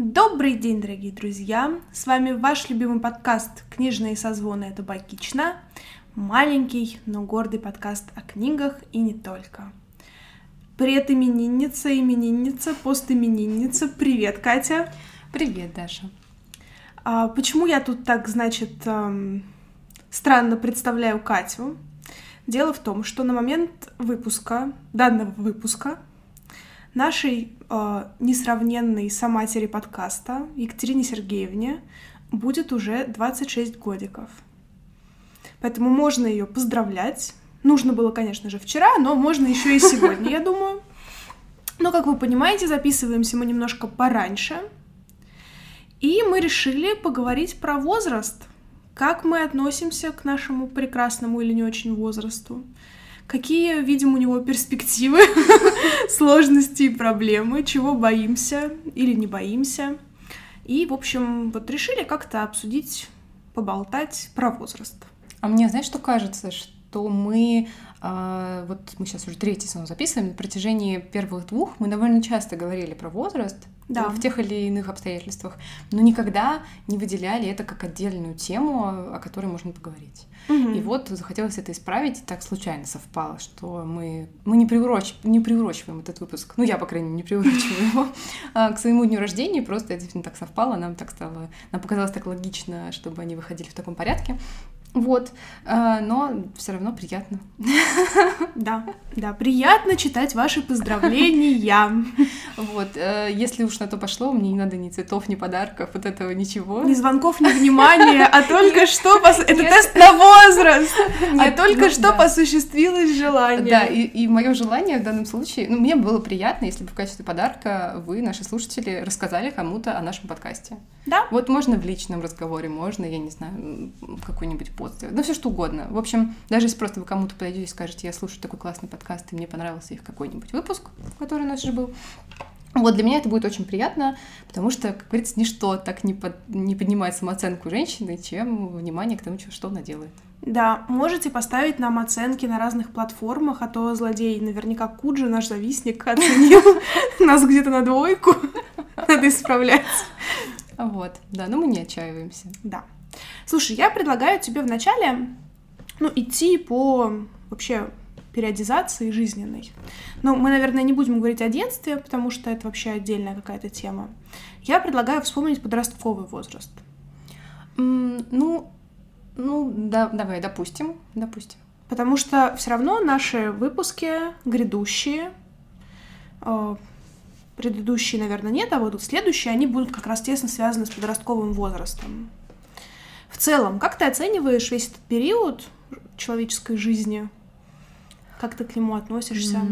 Добрый день, дорогие друзья! С вами ваш любимый подкаст «Книжные созвоны» — это Бакична. Маленький, но гордый подкаст о книгах и не только. Привет, именинница, постименинница. Привет, Катя! Привет, Даша! Почему я тут так, странно представляю Катю? Дело в том, что на момент данного выпуска, нашей несравненной somатери подкаста Екатерине Сергеевне будет уже 26 годиков. Поэтому можно ее поздравлять. Нужно было, конечно же, вчера, но можно еще и сегодня, я думаю. Но, как вы понимаете, записываемся мы немножко пораньше. И мы решили поговорить про возраст. Как мы относимся к нашему прекрасному или не очень возрасту. Какие видим у него перспективы, сложности и проблемы, чего боимся или не боимся. И, в общем, решили как-то обсудить, поболтать про возраст. А мне, знаешь, что кажется? Что мы сейчас уже третий сезон записываем, на протяжении первых двух мы довольно часто говорили про возраст, да, в тех или иных обстоятельствах, но никогда не выделяли это как отдельную тему, о которой можно поговорить. Угу. И вот захотелось это исправить, и так случайно совпало, что мы не приурочиваем этот выпуск, я, по крайней мере, не приурочиваю его к своему дню рождения, просто это действительно так совпало, нам показалось так логично, чтобы они выходили в таком порядке. Но все равно приятно. Да, приятно читать ваши поздравления. Если уж на то пошло, мне не надо ни цветов, ни подарков, вот этого ничего. Ни звонков, ни внимания, а только что... Это тест на возраст! А только что посуществилось желание. Да, и мое желание в данном случае... Мне было приятно, если бы в качестве подарка вы, наши слушатели, рассказали кому-то о нашем подкасте. Да. Можно в личном разговоре, можно, я не знаю, какой-нибудь пост, все что угодно. В общем, даже если просто вы кому-то подойдете и скажете, я слушаю такой классный подкаст, и мне понравился их какой-нибудь выпуск, который у нас же был. Для меня это будет очень приятно, потому что, как говорится, ничто так не поднимает самооценку женщины, чем внимание к тому, что она делает. Да, можете поставить нам оценки на разных платформах, а то злодей наверняка Куджи, наш завистник, оценил нас где-то на 2. Надо исправлять. Мы не отчаиваемся. Да. Слушай, я предлагаю тебе вначале, идти по вообще периодизации жизненной. Мы, наверное, не будем говорить о детстве, потому что это вообще отдельная какая-то тема. Я предлагаю вспомнить подростковый возраст. Давай, допустим. Потому что все равно наши выпуски грядущие, предыдущие, наверное, нет, а следующие, они будут как раз тесно связаны с подростковым возрастом. В целом, как ты оцениваешь весь этот период человеческой жизни? Как ты к нему относишься?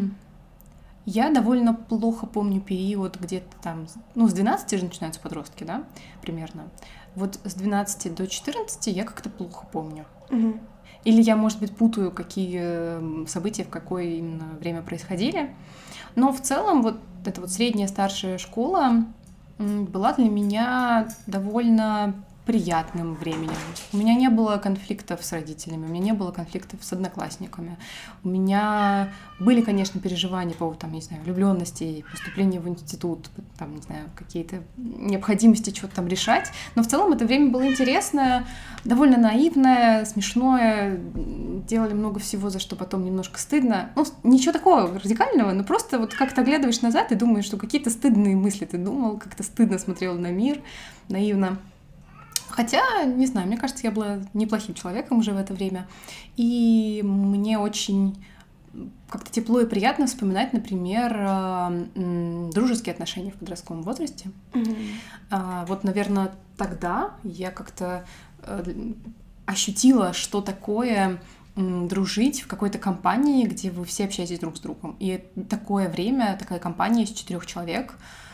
Я довольно плохо помню период где-то там... с 12 же начинаются подростки, да? Примерно. С 12 до 14 я как-то плохо помню. Угу. Или я, может быть, путаю, какие события в какое именно время происходили. Но в целом эта средняя старшая школа была для меня довольно приятным временем. У меня не было конфликтов с родителями, у меня не было конфликтов с одноклассниками. У меня были, конечно, переживания по поводу, влюбленности, поступления в институт, какие-то необходимости чего-то там решать. Но в целом это время было интересное, довольно наивное, смешное. Делали много всего, за что потом немножко стыдно. Ничего такого радикального, но просто как-то оглядываешь назад и думаешь, что какие-то стыдные мысли ты думал, как-то стыдно смотрел на мир, наивно. Хотя, не знаю, мне кажется, я была неплохим человеком уже в это время. И мне очень как-то тепло и приятно вспоминать, например, дружеские отношения в подростковом возрасте. Mm-hmm. Наверное, тогда я как-то ощутила, что такое дружить в какой-то компании, где вы все общаетесь друг с другом. И такое время, такая компания из 4 человек,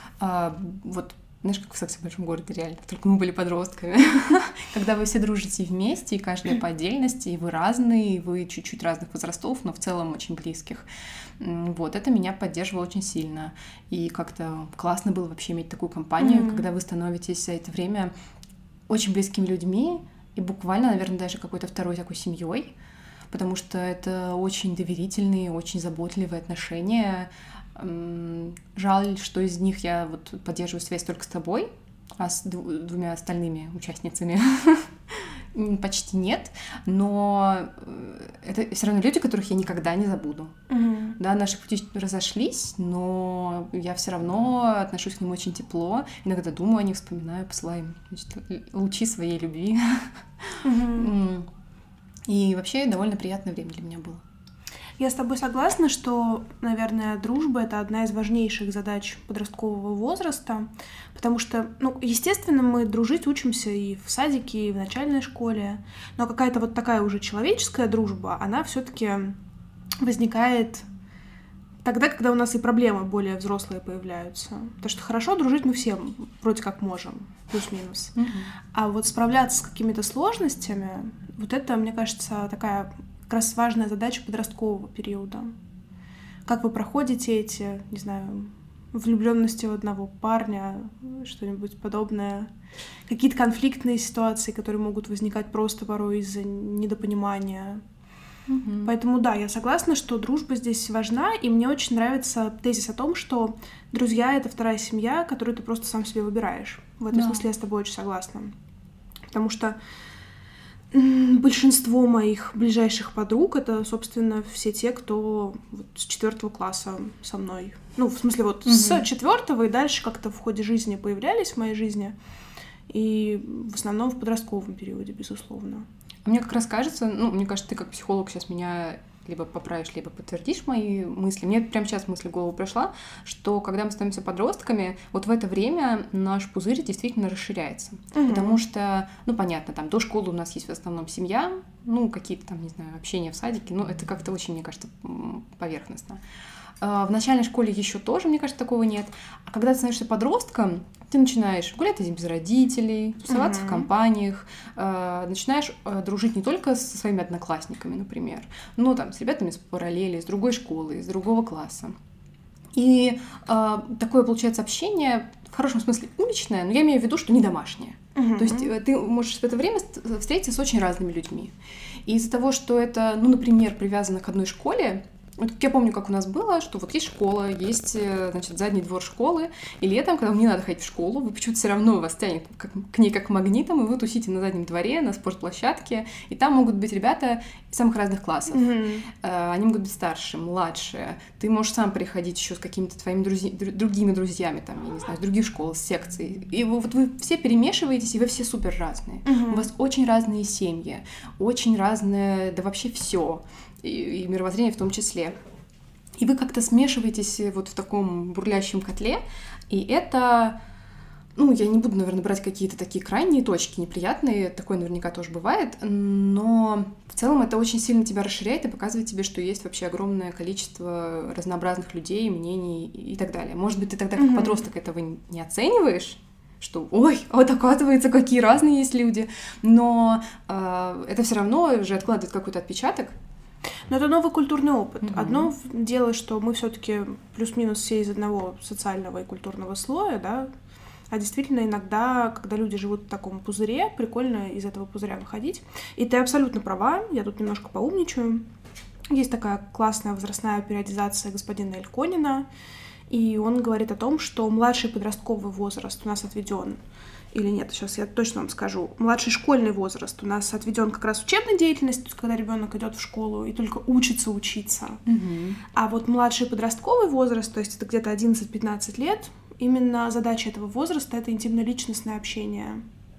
знаешь, как в «Сексе в большом городе», реально, только мы были подростками. Когда вы все дружите вместе, и каждый по отдельности, и вы разные, и вы чуть-чуть разных возрастов, но в целом очень близких. Это меня поддерживало очень сильно. И как-то классно было вообще иметь такую компанию, когда вы становитесь за это время очень близкими людьми, и буквально, наверное, даже какой-то второй такой семьей, потому что это очень доверительные, очень заботливые отношения. Жаль, что из них я вот поддерживаю связь только с тобой, а с двумя остальными участницами почти нет, но это все равно люди, которых я никогда не забуду. Да, наши пути разошлись, но я все равно отношусь к ним очень тепло. Иногда думаю о них, вспоминаю, посылаю им, значит, лучи своей любви. И вообще довольно приятное время для меня было. Я с тобой согласна, что, наверное, дружба — это одна из важнейших задач подросткового возраста, потому что, естественно, мы дружить учимся и в садике, и в начальной школе, но какая-то вот такая уже человеческая дружба, она все-таки возникает тогда, когда у нас и проблемы более взрослые появляются. Потому что хорошо дружить мы все вроде как можем, плюс-минус. А вот справляться с какими-то сложностями, вот это, мне кажется, такая как раз важная задача подросткового периода. Как вы проходите эти, не знаю, влюбленности в одного парня, что-нибудь подобное, какие-то конфликтные ситуации, которые могут возникать просто порой из-за недопонимания. Поэтому да, я согласна, что дружба здесь важна, и мне очень нравится тезис о том, что друзья — это вторая семья, которую ты просто сам себе выбираешь. В этом смысле я с тобой очень согласна. Потому что большинство моих ближайших подруг — это, собственно, все те, кто вот с 4 класса со мной. В смысле, вот с 4 и дальше как-то в ходе жизни появлялись в моей жизни. И в основном в подростковом периоде, безусловно. Мне как раз кажется, мне кажется, ты как психолог сейчас меня либо поправишь, либо подтвердишь мои мысли. Мне прямо сейчас мысль в голову пришла, что когда мы становимся подростками, вот в это время наш пузырь действительно расширяется. Потому что, понятно, там до школы у нас есть в основном семья, какие-то там, не знаю, общения в садике, это как-то очень, мне кажется, поверхностно. В начальной школе еще тоже, мне кажется, такого нет. А когда ты становишься подростком, ты начинаешь гулять один без родителей, тусоваться в компаниях, начинаешь дружить не только со своими одноклассниками, например, но там с ребятами с параллели, с другой школы, из другого класса. И такое получается общение, в хорошем смысле уличное, но я имею в виду, что не домашнее. То есть ты можешь в это время встретиться с очень разными людьми. И из-за того, что это, например, привязано к одной школе, вот я помню, как у нас было, что вот есть школа, есть, значит, задний двор школы, и летом, когда вам не надо ходить в школу, вы почему-то все равно вас тянет к ней как магнитом, и вы тусите на заднем дворе, на спортплощадке, и там могут быть ребята из самых разных классов. Они могут быть старше, младше. Ты можешь сам приходить еще с какими-то твоими другими друзьями, там, я не знаю, с других школ, с секций. И вот вы все перемешиваетесь, и вы все супер разные. У вас очень разные семьи, очень разное, да вообще все. И мировоззрение в том числе. И вы как-то смешиваетесь вот в таком бурлящем котле, и это, я не буду, наверное, брать какие-то такие крайние точки неприятные, такое наверняка тоже бывает, но в целом это очень сильно тебя расширяет и показывает тебе, что есть вообще огромное количество разнообразных людей, мнений и так далее. Может быть, ты тогда как подросток этого не оцениваешь, что, ой, вот оказывается, какие разные есть люди, но это все равно уже откладывает какой-то отпечаток. Но это новый культурный опыт. Одно дело, что мы все-таки плюс-минус все из одного социального и культурного слоя, да, а действительно иногда, когда люди живут в таком пузыре, прикольно из этого пузыря выходить. И ты абсолютно права, я тут немножко поумничаю. Есть такая классная возрастная периодизация господина Эльконина, и он говорит о том, что младший подростковый возраст у нас отведен, или нет, сейчас я точно вам скажу, младший школьный возраст у нас отведен как раз учебной деятельностью, когда ребенок идет в школу и только учится учиться. А вот младший подростковый возраст, то есть это где-то 11-15 лет, именно задача этого возраста — это интимно-личностное общение.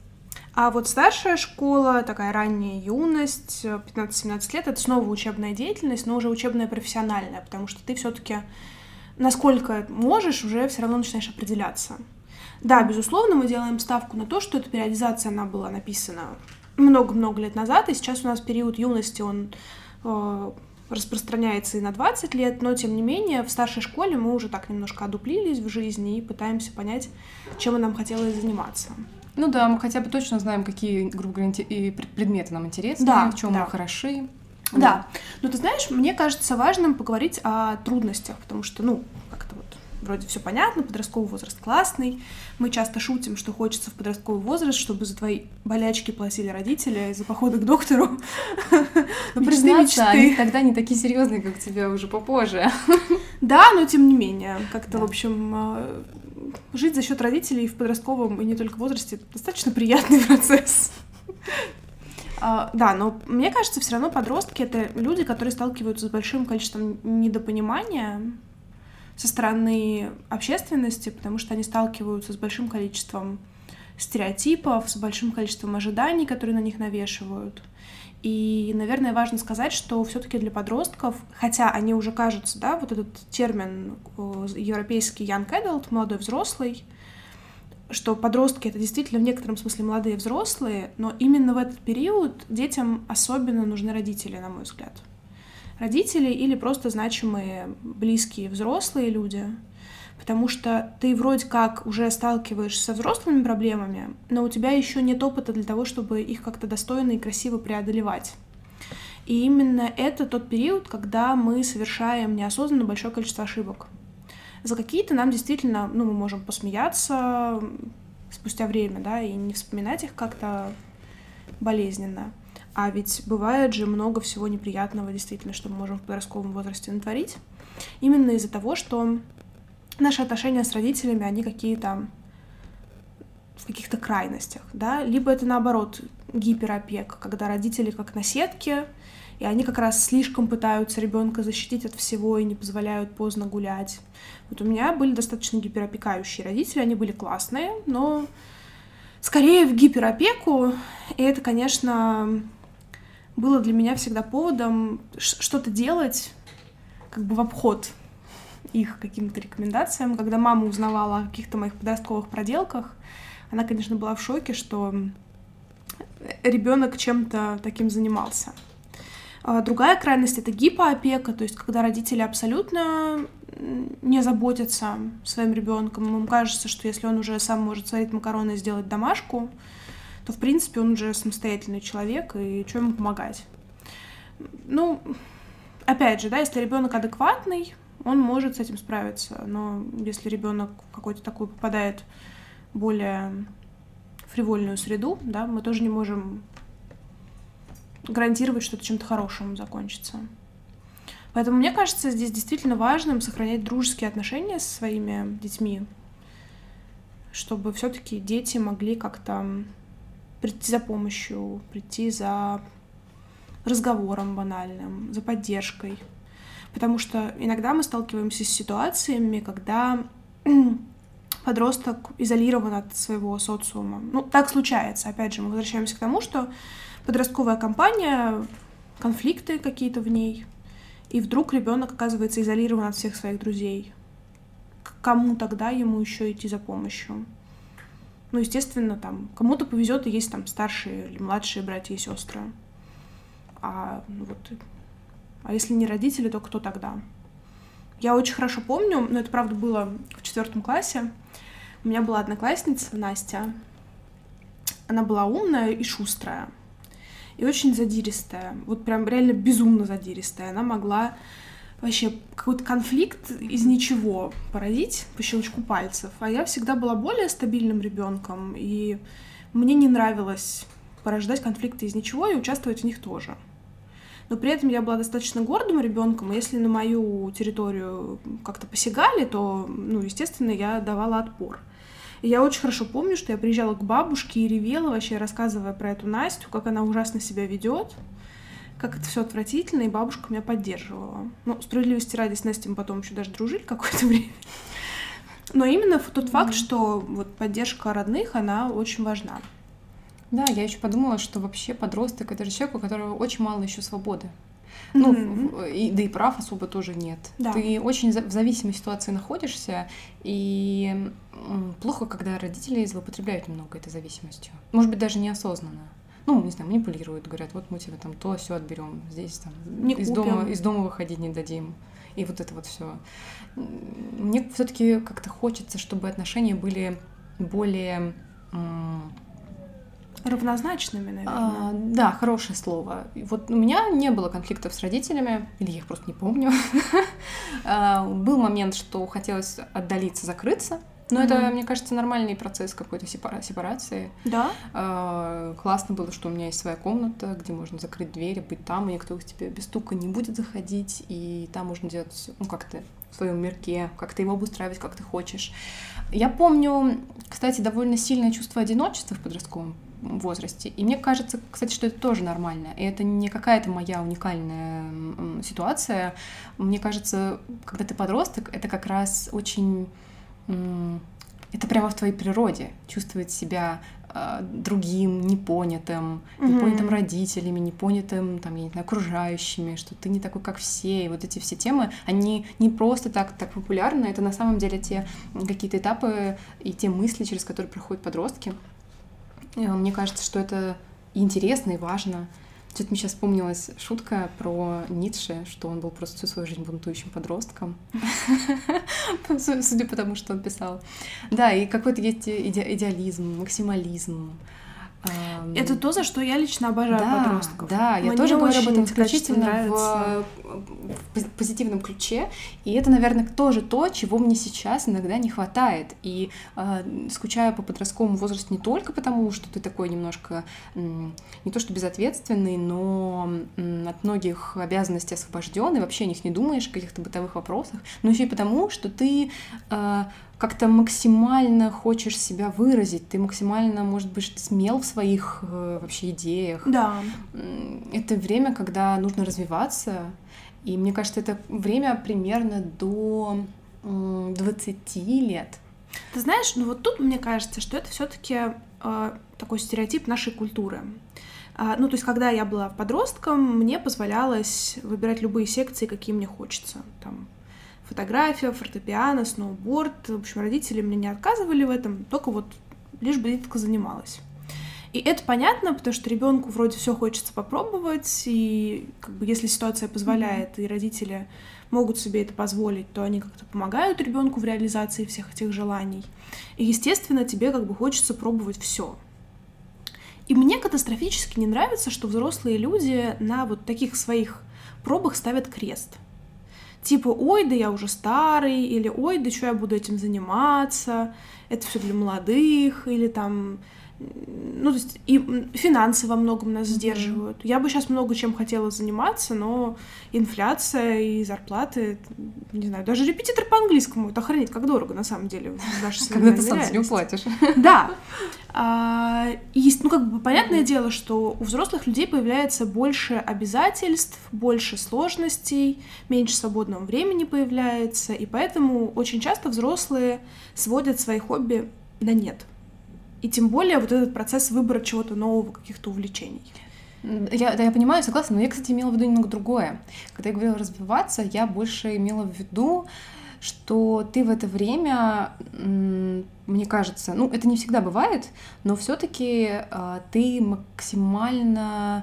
А вот старшая школа, такая ранняя юность, 15-17 лет, это снова учебная деятельность, но уже учебная профессиональная, потому что ты все-таки, насколько можешь, уже все равно начинаешь определяться. Да, безусловно, мы делаем ставку на то, что эта периодизация, она была написана много-много лет назад, и сейчас у нас период юности, он распространяется и на 20 лет, но, тем не менее, в старшей школе мы уже так немножко одуплились в жизни и пытаемся понять, чем нам хотелось заниматься. Ну да, мы хотя бы точно знаем, какие, грубо говоря, предметы нам интересны, да, в чем мы хороши. Да, но ты знаешь, мне кажется важным поговорить о трудностях, потому что, как-то вот вроде все понятно, подростковый возраст классный, мы часто шутим, что хочется в подростковый возраст, чтобы за твои болячки платили родители, за походы к доктору. Но признаться, они тогда не такие серьезные, как у тебя уже попозже. Да, но тем не менее, как-то, Да. в общем, жить за счет родителей в подростковом и не только возрасте достаточно приятный процесс. Да, но мне кажется, все равно подростки — это люди, которые сталкиваются с большим количеством недопонимания со стороны общественности, потому что они сталкиваются с большим количеством стереотипов, с большим количеством ожиданий, которые на них навешивают. И, наверное, важно сказать, что все-таки для подростков, хотя они уже кажутся, да, вот этот термин европейский young adult, молодой взрослый, что подростки — это действительно в некотором смысле молодые взрослые, но именно в этот период детям особенно нужны родители, на мой взгляд. Родители или просто значимые, близкие, взрослые люди, потому что ты вроде как уже сталкиваешься со взрослыми проблемами, но у тебя еще нет опыта для того, чтобы их как-то достойно и красиво преодолевать. И именно это тот период, когда мы совершаем неосознанно большое количество ошибок. За какие-то нам действительно, мы можем посмеяться спустя время, да, и не вспоминать их как-то болезненно. А ведь бывает же много всего неприятного, действительно, что мы можем в подростковом возрасте натворить. Именно из-за того, что наши отношения с родителями, они какие-то в каких-то крайностях, да, либо это наоборот гиперопека, когда родители как на сетке, и они как раз слишком пытаются ребенка защитить от всего и не позволяют поздно гулять. Вот у меня были достаточно гиперопекающие родители, они были классные, но скорее в гиперопеку, и это, конечно, было для меня всегда поводом что-то делать как бы в обход их каким-то рекомендациям. Когда мама узнавала о каких-то моих подростковых проделках, она, конечно, была в шоке, что ребенок чем-то таким занимался. Другая крайность — это гипоопека, то есть когда родители абсолютно не заботятся своим ребенком. Им кажется, что если он уже сам может сварить макароны и сделать домашку, то, в принципе, он уже самостоятельный человек, и что ему помогать? Опять же, да, если ребенок адекватный, он может с этим справиться, но если ребенок какой-то такой попадает в более фривольную среду, да, мы тоже не можем гарантировать, что это чем-то хорошим закончится. Поэтому мне кажется, здесь действительно важным сохранять дружеские отношения со своими детьми, чтобы все-таки дети могли как-то прийти за помощью, прийти за разговором банальным, за поддержкой. Потому что иногда мы сталкиваемся с ситуациями, когда подросток изолирован от своего социума. Так случается. Опять же, мы возвращаемся к тому, что подростковая кампания, конфликты какие-то в ней, и вдруг ребенок оказывается изолирован от всех своих друзей. К кому тогда ему еще идти за помощью? Естественно, там кому-то повезет, и есть там старшие или младшие братья и сестры. А если не родители, то кто тогда? Я очень хорошо помню, но это, правда, было в 4 классе. У меня была одноклассница, Настя. Она была умная и шустрая. И очень задиристая. Вот прям реально безумно задиристая. Она могла вообще какой-то конфликт из ничего породить по щелчку пальцев. А я всегда была более стабильным ребенком, и мне не нравилось порождать конфликты из ничего и участвовать в них тоже. Но при этом я была достаточно гордым ребенком, и если на мою территорию как-то посягали, то, естественно, я давала отпор. И я очень хорошо помню, что я приезжала к бабушке и ревела, вообще рассказывая про эту Настю, как она ужасно себя ведет, как это все отвратительно, и бабушка меня поддерживала. Справедливости ради, с Настей мы потом еще даже дружили какое-то время. Но именно тот факт, что поддержка родных, она очень важна. Да, я еще подумала, что вообще подросток — это же человек, у которого очень мало еще свободы. Да и прав особо тоже нет. Да. Ты очень в зависимой ситуации находишься, и плохо, когда родители злоупотребляют немного этой зависимостью. Может быть, даже неосознанно. Не знаю, манипулируют, говорят, вот мы тебе там то, все отберем, здесь там из дома выходить не дадим. И вот это вот все. Мне все-таки как-то хочется, чтобы отношения были более равнозначными, наверное. Да, хорошее слово. Вот у меня не было конфликтов с родителями, или я их просто не помню. Был момент, что хотелось отдалиться, закрыться, Но это, мне кажется, нормальный процесс какой-то сепарации. Да. Классно было, что у меня есть своя комната, где можно закрыть дверь, быть там, и никто к тебе без стука не будет заходить, и там можно делать все, ну, как ты в своем мирке, как ты его обустраивать, как ты хочешь. Я помню, кстати, довольно сильное чувство одиночества в подростковом возрасте. И мне кажется, кстати, что это тоже нормально. И это не какая-то моя уникальная ситуация. Мне кажется, когда ты подросток, это как раз очень... Это прямо в твоей природе. Чувствовать себя другим, непонятым, непонятым родителями, непонятым, там, я не знаю, окружающими, что ты не такой, как все. И вот эти все темы, они не просто так популярны, это на самом деле те какие-то этапы и те мысли, через которые проходят подростки. Мне кажется, что это интересно и важно. Что-то мне сейчас вспомнилась шутка про Ницше, что он был просто всю свою жизнь бунтующим подростком. Судя по тому, что он писал. Да, и какой-то есть идеализм, максимализм. Это то, за что я лично обожаю подростков. Да, я тоже говорю об этом исключительно в позитивном ключе. И это, наверное, тоже то, чего мне сейчас иногда не хватает. И скучаю по подростковому возрасту не только потому, что ты такой немножко не то что безответственный, но от многих обязанностей освобожден, и вообще о них не думаешь, о каких-то бытовых вопросах, но еще и потому, что ты как-то максимально хочешь себя выразить, ты максимально, может быть, смел в своих вообще идеях. Да. Это время, когда нужно развиваться, и мне кажется, это время примерно до 20 лет. Ты знаешь, ну вот тут мне кажется, что это все-таки такой стереотип нашей культуры. Ну, то есть, когда я была подростком, мне позволялось выбирать любые секции, какие мне хочется. Там, фотография, фортепиано, сноуборд. В общем, родители мне не отказывали в этом, только вот лишь бы редко занималась. И это понятно, потому что ребенку вроде все хочется попробовать, и как бы, если ситуация позволяет, и родители могут себе это позволить, то они как-то помогают ребенку в реализации всех этих желаний. И, естественно, тебе как бы хочется пробовать все. И мне катастрофически не нравится, что взрослые люди на вот таких своих пробах ставят крест. Типа, ой, да я уже старый, или ой, да что я буду этим заниматься, это все для молодых, или там, ну, то есть и финансы во многом нас сдерживают. Я бы сейчас много чем хотела заниматься, но инфляция и зарплаты, не знаю, даже репетитор по английскому, это охренеть, как дорого на самом деле в нашей современной реальности. Когда ты сам себе платишь. Да. Есть, ну, как бы, понятное дело, что у взрослых людей появляется больше обязательств, больше сложностей, меньше свободного времени появляется, и поэтому очень часто взрослые сводят свои хобби на нет. И тем более вот этот процесс выбора чего-то нового, каких-то увлечений. Я понимаю, согласна, но я, кстати, имела в виду немного другое. Когда я говорила развиваться, я больше имела в виду, что ты в это время, мне кажется, ну, это не всегда бывает, но все-таки ты максимально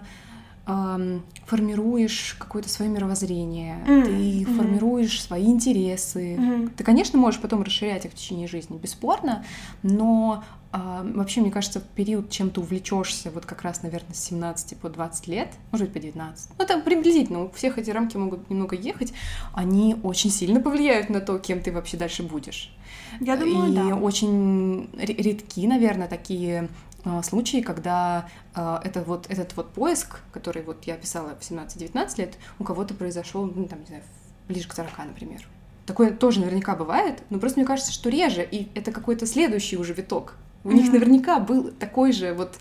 формируешь какое-то свое мировоззрение, ты формируешь свои интересы. Ты, конечно, можешь потом расширять их в течение жизни, бесспорно, но вообще, мне кажется, период, чем ты увлечешься, вот как раз, наверное, с 17 по 20 лет, может быть, по 19, ну, это приблизительно, у всех эти рамки могут немного ехать, они очень сильно повлияют на то, кем ты вообще дальше будешь. Я думаю, и да. очень редки, наверное, такие случаи, когда этот вот поиск, который вот я писала в 17-19 лет, у кого-то произошел, ну, там, не знаю, ближе к 40, например. Такое тоже наверняка бывает, но просто мне кажется, что реже, и это какой-то следующий уже виток. У них наверняка был такой же вот...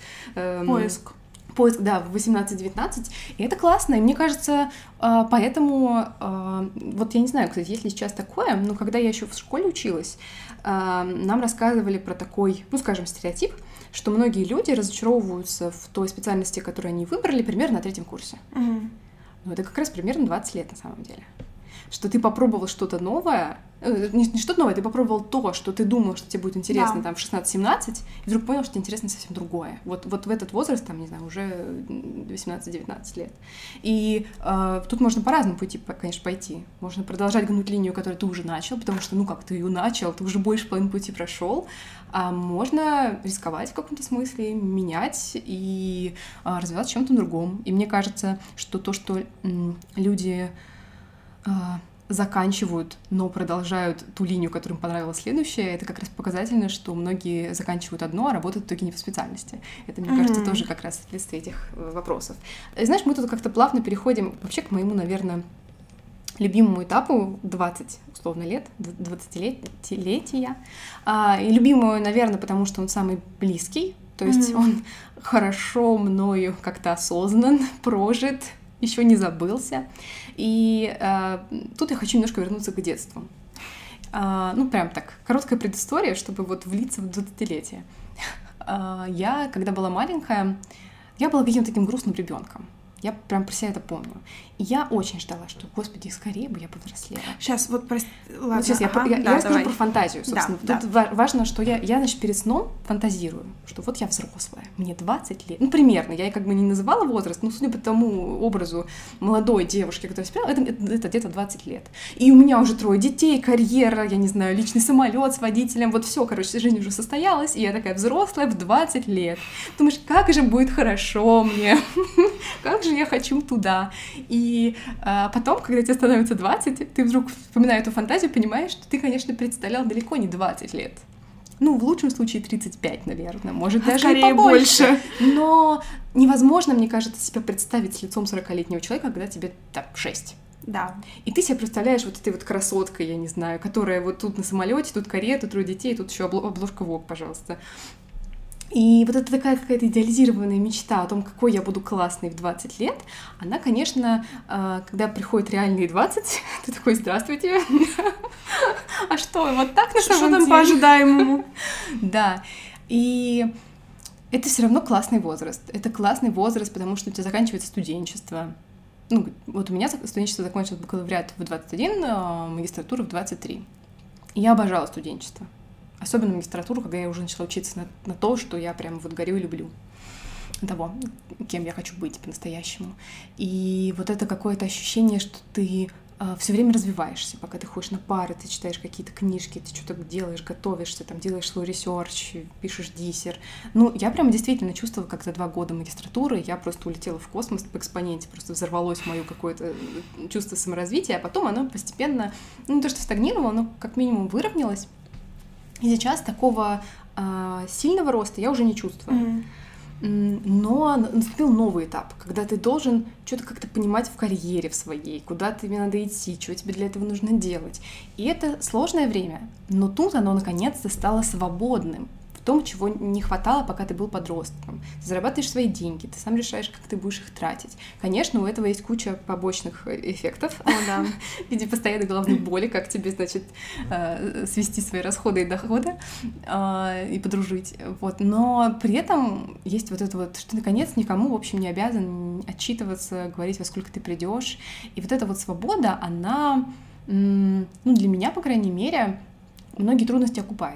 Поиск, да, в 18-19, и это классно, и мне кажется, поэтому, вот я не знаю, кстати, есть ли сейчас такое, но когда я еще в школе училась, нам рассказывали про такой, ну, скажем, стереотип, что многие люди разочаровываются в той специальности, которую они выбрали, примерно на 3-м курсе. Ну, это как раз примерно 20 лет на самом деле. Что ты попробовал что-то новое, не что-то новое, ты попробовал то, что ты думал, что тебе будет интересно там в 16-17, и вдруг понял, что тебе интересно совсем другое. Вот в этот возраст, там, не знаю, уже 18-19 лет. И тут можно по-разному конечно, пойти. Можно продолжать гнуть линию, которую ты уже начал, потому что, ну как, ты ее начал, ты уже больше половины пути прошел. А можно рисковать в каком-то смысле, менять и развиваться в чем-то другом. И мне кажется, что то, что люди заканчивают, но продолжают ту линию, которым понравилась следующая, это как раз показательно, что многие заканчивают одно, а работают в итоге не по специальности. Это, мне кажется, тоже как раз следствие этих вопросов. И знаешь, мы тут как-то плавно переходим вообще к моему, наверное, любимому этапу 20, условно, лет, 20-летия. И любимую, наверное, потому что он самый близкий, то есть он хорошо мною как-то осознан, прожит, еще не забылся. И тут я хочу немножко вернуться к детству. Ну, прям так, короткая предыстория, чтобы вот влиться в 20-летие. Я, когда была маленькая, я была каким-то таким грустным ребенком. Я прям про себя это помню. И я очень ждала, что, господи, скорее бы я повзрослела. Сейчас, вот, прости, ладно. Вот сейчас я расскажу про фантазию, собственно. Тут важно, что я, значит, перед сном фантазирую, что вот я взрослая, мне 20 лет. Ну, примерно, я как бы не называла возраст, но судя по тому образу молодой девушки, которая спела, это где-то 20 лет. И у меня уже 3 детей, карьера, я не знаю, личный самолет с водителем, вот все, короче, жизнь уже состоялась, и я такая взрослая в 20 лет. Думаешь, как же будет хорошо мне, как же я хочу туда. И потом, когда тебе становится 20, ты вдруг, вспоминая эту фантазию, понимаешь, что ты, конечно, представлял далеко не 20 лет. Ну, в лучшем случае 35, наверное, может, даже и побольше. Но невозможно, мне кажется, себя представить с лицом 40-летнего человека, когда тебе так 6. Да. И ты себя представляешь вот этой вот красоткой, я не знаю, которая вот тут на самолете, тут карета, 3 детей, тут еще обложка Vogue, пожалуйста. И вот это такая какая-то идеализированная мечта о том, какой я буду классной в 20 лет, она, конечно, когда приходит реальные 20, ты такой, здравствуйте, а что, вот так на самом деле? Что там по ожидаемому? Да, и это все равно классный возраст. Это классный возраст, потому что у тебя заканчивается студенчество. Ну, вот у меня студенчество закончилось бакалавриат в 21, магистратура в 23. И я обожала студенчество. Особенно магистратуру, когда я уже начала учиться на то, что я прям вот горю и люблю. Того, кем я хочу быть по-настоящему. И вот это какое-то ощущение, что ты все время развиваешься, пока ты ходишь на пары, ты читаешь какие-то книжки, ты что-то делаешь, готовишься, там делаешь свой ресерч, пишешь диссер. Ну, я прям действительно чувствовала, как за 2 года магистратуры я просто улетела в космос по экспоненте, просто взорвалось мое какое-то чувство саморазвития, а потом оно постепенно, ну, не то что стагнировало, но как минимум выровнялось. И сейчас такого сильного роста я уже не чувствую. Но наступил новый этап, когда ты должен что-то как-то понимать в карьере в своей, куда тебе надо идти, что тебе для этого нужно делать. И это сложное время, но тут оно наконец-то стало свободным. В том, чего не хватало, пока ты был подростком. Ты зарабатываешь свои деньги, ты сам решаешь, как ты будешь их тратить. Конечно, у этого есть куча побочных эффектов в виде постоянной головной боли, как тебе, значит, свести свои расходы и доходы и подружить. Вот. Но при этом есть вот это вот, что ты, наконец, никому, в общем, не обязан отчитываться, говорить, во сколько ты придешь. И вот эта вот свобода, она, ну, для меня, по крайней мере, многие трудности окупает.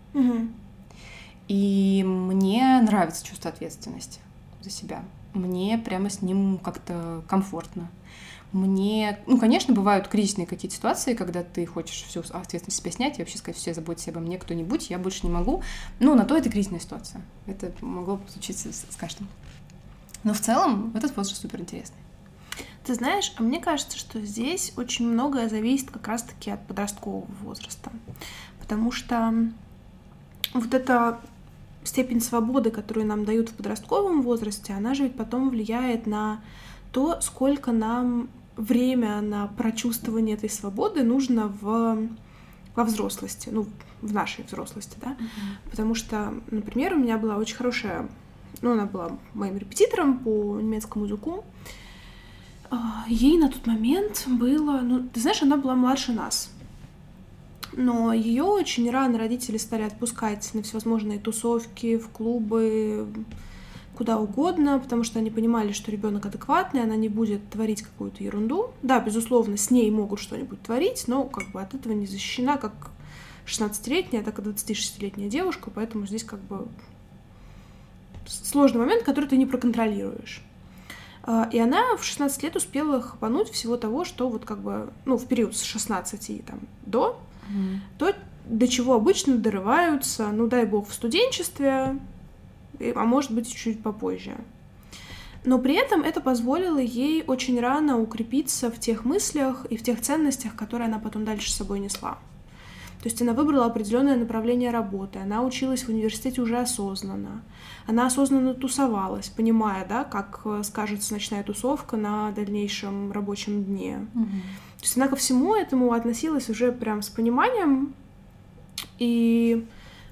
И мне нравится чувство ответственности за себя. Мне прямо с ним как-то комфортно. Мне, ну, конечно, бывают кризисные какие-то ситуации, когда ты хочешь всю ответственность себя снять и вообще сказать, все, заботьтесь обо мне кто-нибудь, я больше не могу. Но на то это кризисная ситуация. Это могло случиться с каждым. Но в целом этот возраст супер интересный. Ты знаешь, а мне кажется, что здесь очень многое зависит как раз-таки от подросткового возраста. Потому что вот эта степень свободы, которую нам дают в подростковом возрасте, она же ведь потом влияет на то, сколько нам время на прочувствование этой свободы нужно во взрослости, ну, в нашей взрослости, да, потому что, например, у меня была очень хорошая, ну, она была моим репетитором по немецкому языку, ей на тот момент было, ну, ты знаешь, она была младше нас, но ее очень рано родители стали отпускать на всевозможные тусовки, в клубы, куда угодно, потому что они понимали, что ребенок адекватный, она не будет творить какую-то ерунду. Да, безусловно, с ней могут что-нибудь творить, но как бы от этого не защищена как 16-летняя, так и 26-летняя девушка, поэтому здесь как бы сложный момент, который ты не проконтролируешь. И она в 16 лет успела хапануть всего того, что вот как бы, ну, в период с 16 и там до, то, до чего обычно дорываются, ну, дай бог, в студенчестве, а может быть, чуть попозже. Но при этом это позволило ей очень рано укрепиться в тех мыслях и в тех ценностях, которые она потом дальше с собой несла. То есть она выбрала определенное направление работы, она училась в университете уже осознанно, она осознанно тусовалась, понимая, да, как скажется ночная тусовка на дальнейшем рабочем дне. То есть она ко всему этому относилась уже прям с пониманием, и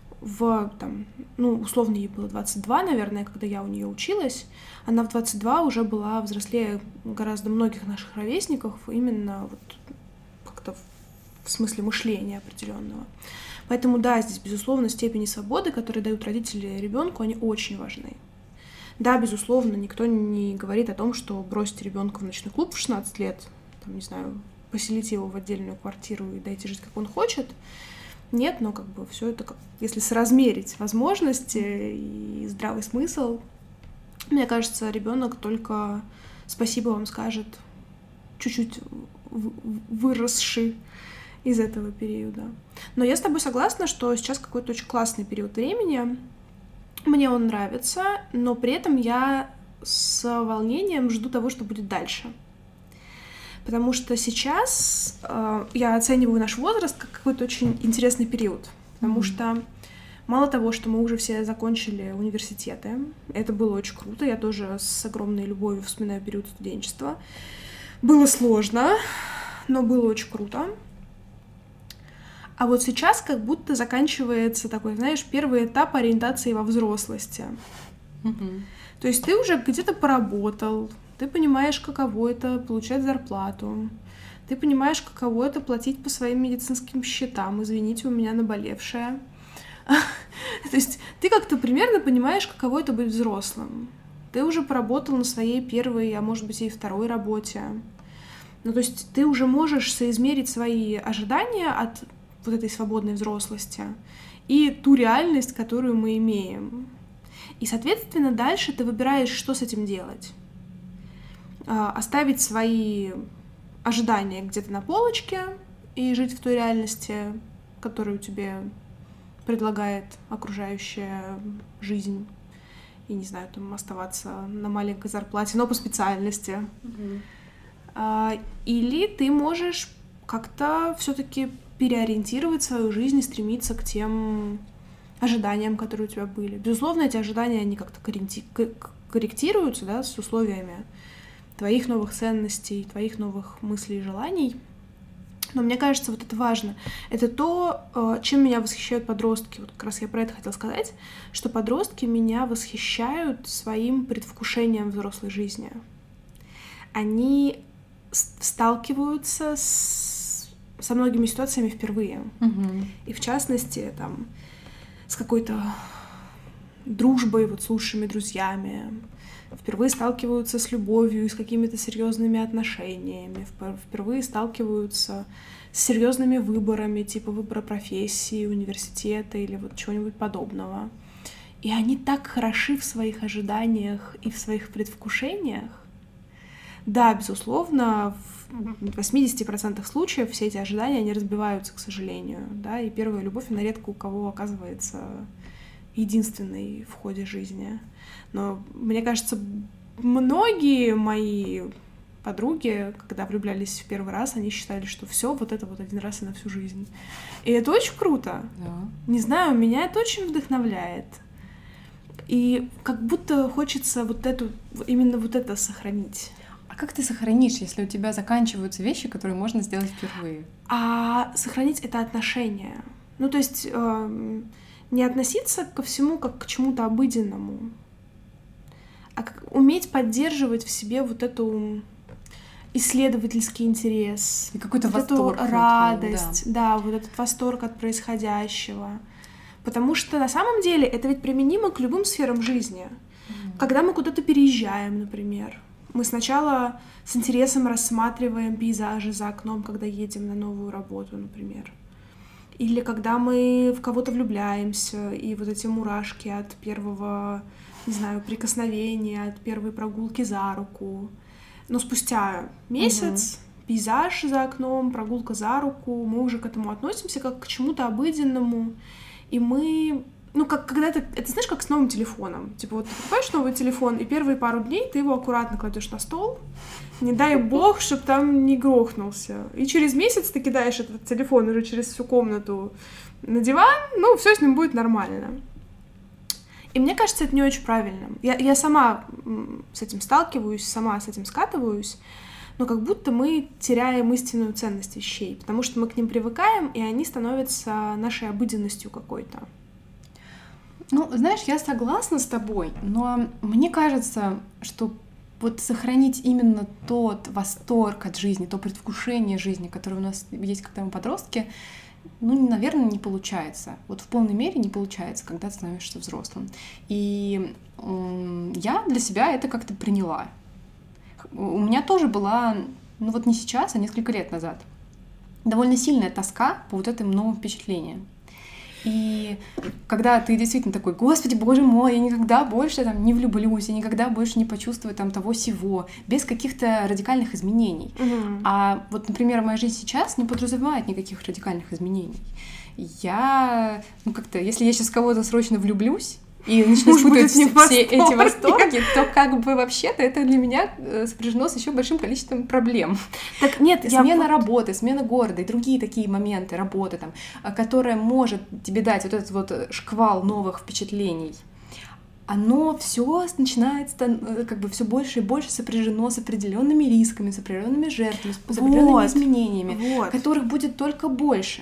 условно ей было 22, наверное, когда я у нее училась, она в 22 уже была взрослее гораздо многих наших ровесников, именно вот как-то в смысле мышления определенного. Поэтому да, здесь, безусловно, степени свободы, которые дают родители ребенку, они очень важны. Да, безусловно, никто не говорит о том, что бросить ребенка в ночной клуб в 16 лет, там, не знаю, поселить его в отдельную квартиру и дайте жить, как он хочет. Нет, но как бы все это, если соразмерить возможности и здравый смысл, мне кажется, ребенок только спасибо вам скажет, чуть-чуть выросший из этого периода. Но я с тобой согласна, что сейчас какой-то очень классный период времени. Мне он нравится, но при этом я с волнением жду того, что будет дальше. Потому что сейчас я оцениваю наш возраст как какой-то очень интересный период. Потому что мало того, что мы уже все закончили университеты, это было очень круто, я тоже с огромной любовью вспоминаю период студенчества. Было сложно, но было очень круто. А вот сейчас как будто заканчивается такой, знаешь, первый этап ориентации во взрослости. То есть ты уже где-то поработал, ты понимаешь, каково это получать зарплату, ты понимаешь, каково это платить по своим медицинским счетам, извините, у меня наболевшее. То есть ты как-то примерно понимаешь, каково это быть взрослым. Ты уже поработал на своей первой, а может быть и второй работе. Ну, то есть ты уже можешь соизмерить свои ожидания от вот этой свободной взрослости и ту реальность, которую мы имеем. И, соответственно, дальше ты выбираешь, что с этим делать. Оставить свои ожидания где-то на полочке и жить в той реальности, которую тебе предлагает окружающая жизнь. И, не знаю, там оставаться на маленькой зарплате, но по специальности. Или ты можешь как-то все-таки переориентировать свою жизнь и стремиться к тем ожиданиям, которые у тебя были. Безусловно, эти ожидания, они как-то корректируются, да, с условиями твоих новых ценностей, твоих новых мыслей и желаний. Но мне кажется, вот это важно. Это то, чем меня восхищают подростки. Вот как раз я про это хотела сказать, что подростки меня восхищают своим предвкушением взрослой жизни. Они сталкиваются со многими ситуациями впервые. И в частности, там, с какой-то дружбой, вот с лучшими друзьями, впервые сталкиваются с любовью и с какими-то серьезными отношениями, впервые сталкиваются с серьезными выборами, типа выбора профессии, университета или вот чего-нибудь подобного. И они так хороши в своих ожиданиях и в своих предвкушениях. Да, безусловно, в 80% случаев все эти ожидания, они разбиваются, к сожалению, да, и первая любовь, она редко у кого оказывается единственной в ходе жизни. Но, мне кажется, многие мои подруги, когда влюблялись в первый раз, они считали, что все вот это вот один раз и на всю жизнь. И это очень круто. Да. Не знаю, меня это очень вдохновляет. И как будто хочется именно вот это сохранить. Как ты сохранишь, если у тебя заканчиваются вещи, которые можно сделать впервые? А сохранить — это отношения. Ну, то есть не относиться ко всему как к чему-то обыденному, а уметь поддерживать в себе вот эту исследовательский интерес, и какой-то вот восторг, эту радость, да, вот этот восторг от происходящего. Потому что на самом деле это ведь применимо к любым сферам жизни. Когда мы куда-то переезжаем, например, мы сначала с интересом рассматриваем пейзажи за окном, когда едем на новую работу, например. Или когда мы в кого-то влюбляемся, и вот эти мурашки от первого, не знаю, прикосновения, от первой прогулки за руку. Но спустя месяц пейзаж за окном, прогулка за руку, мы уже к этому относимся как к чему-то обыденному, и мы ну, как когда это знаешь, как с новым телефоном. Типа вот ты покупаешь новый телефон, и первые пару дней ты его аккуратно кладешь на стол, не дай бог, чтобы там не грохнулся. И через месяц ты кидаешь этот телефон уже через всю комнату на диван, ну, все с ним будет нормально. И мне кажется, это не очень правильно. Я сама с этим сталкиваюсь, сама с этим скатываюсь, но как будто мы теряем истинную ценность вещей, потому что мы к ним привыкаем, и они становятся нашей обыденностью какой-то. Ну, знаешь, я согласна с тобой, но мне кажется, что вот сохранить именно тот восторг от жизни, то предвкушение жизни, которое у нас есть, когда мы подростки, ну, наверное, не получается. Вот в полной мере не получается, когда ты становишься взрослым. И я для себя это как-то приняла. У меня тоже была, ну вот не сейчас, а несколько лет назад, довольно сильная тоска по вот этим новым впечатлениям. И когда ты действительно такой: Господи, Боже мой, я никогда больше там не влюблюсь, я никогда больше не почувствую там того-сего, без каких-то радикальных изменений. А вот, например, моя жизнь сейчас не подразумевает никаких радикальных изменений. Я, ну как-то, если я сейчас в кого-то срочно влюблюсь и начну испытывать все эти восторги, то как бы вообще-то это для меня сопряжено с еще большим количеством проблем. Так нет, смена работы, смена города и другие такие моменты работы, там, которая может тебе дать вот этот вот шквал новых впечатлений. Оно все начинает как бы все больше и больше сопряжено с определенными рисками, с определенными жертвами, с определенными изменениями, которых будет только больше.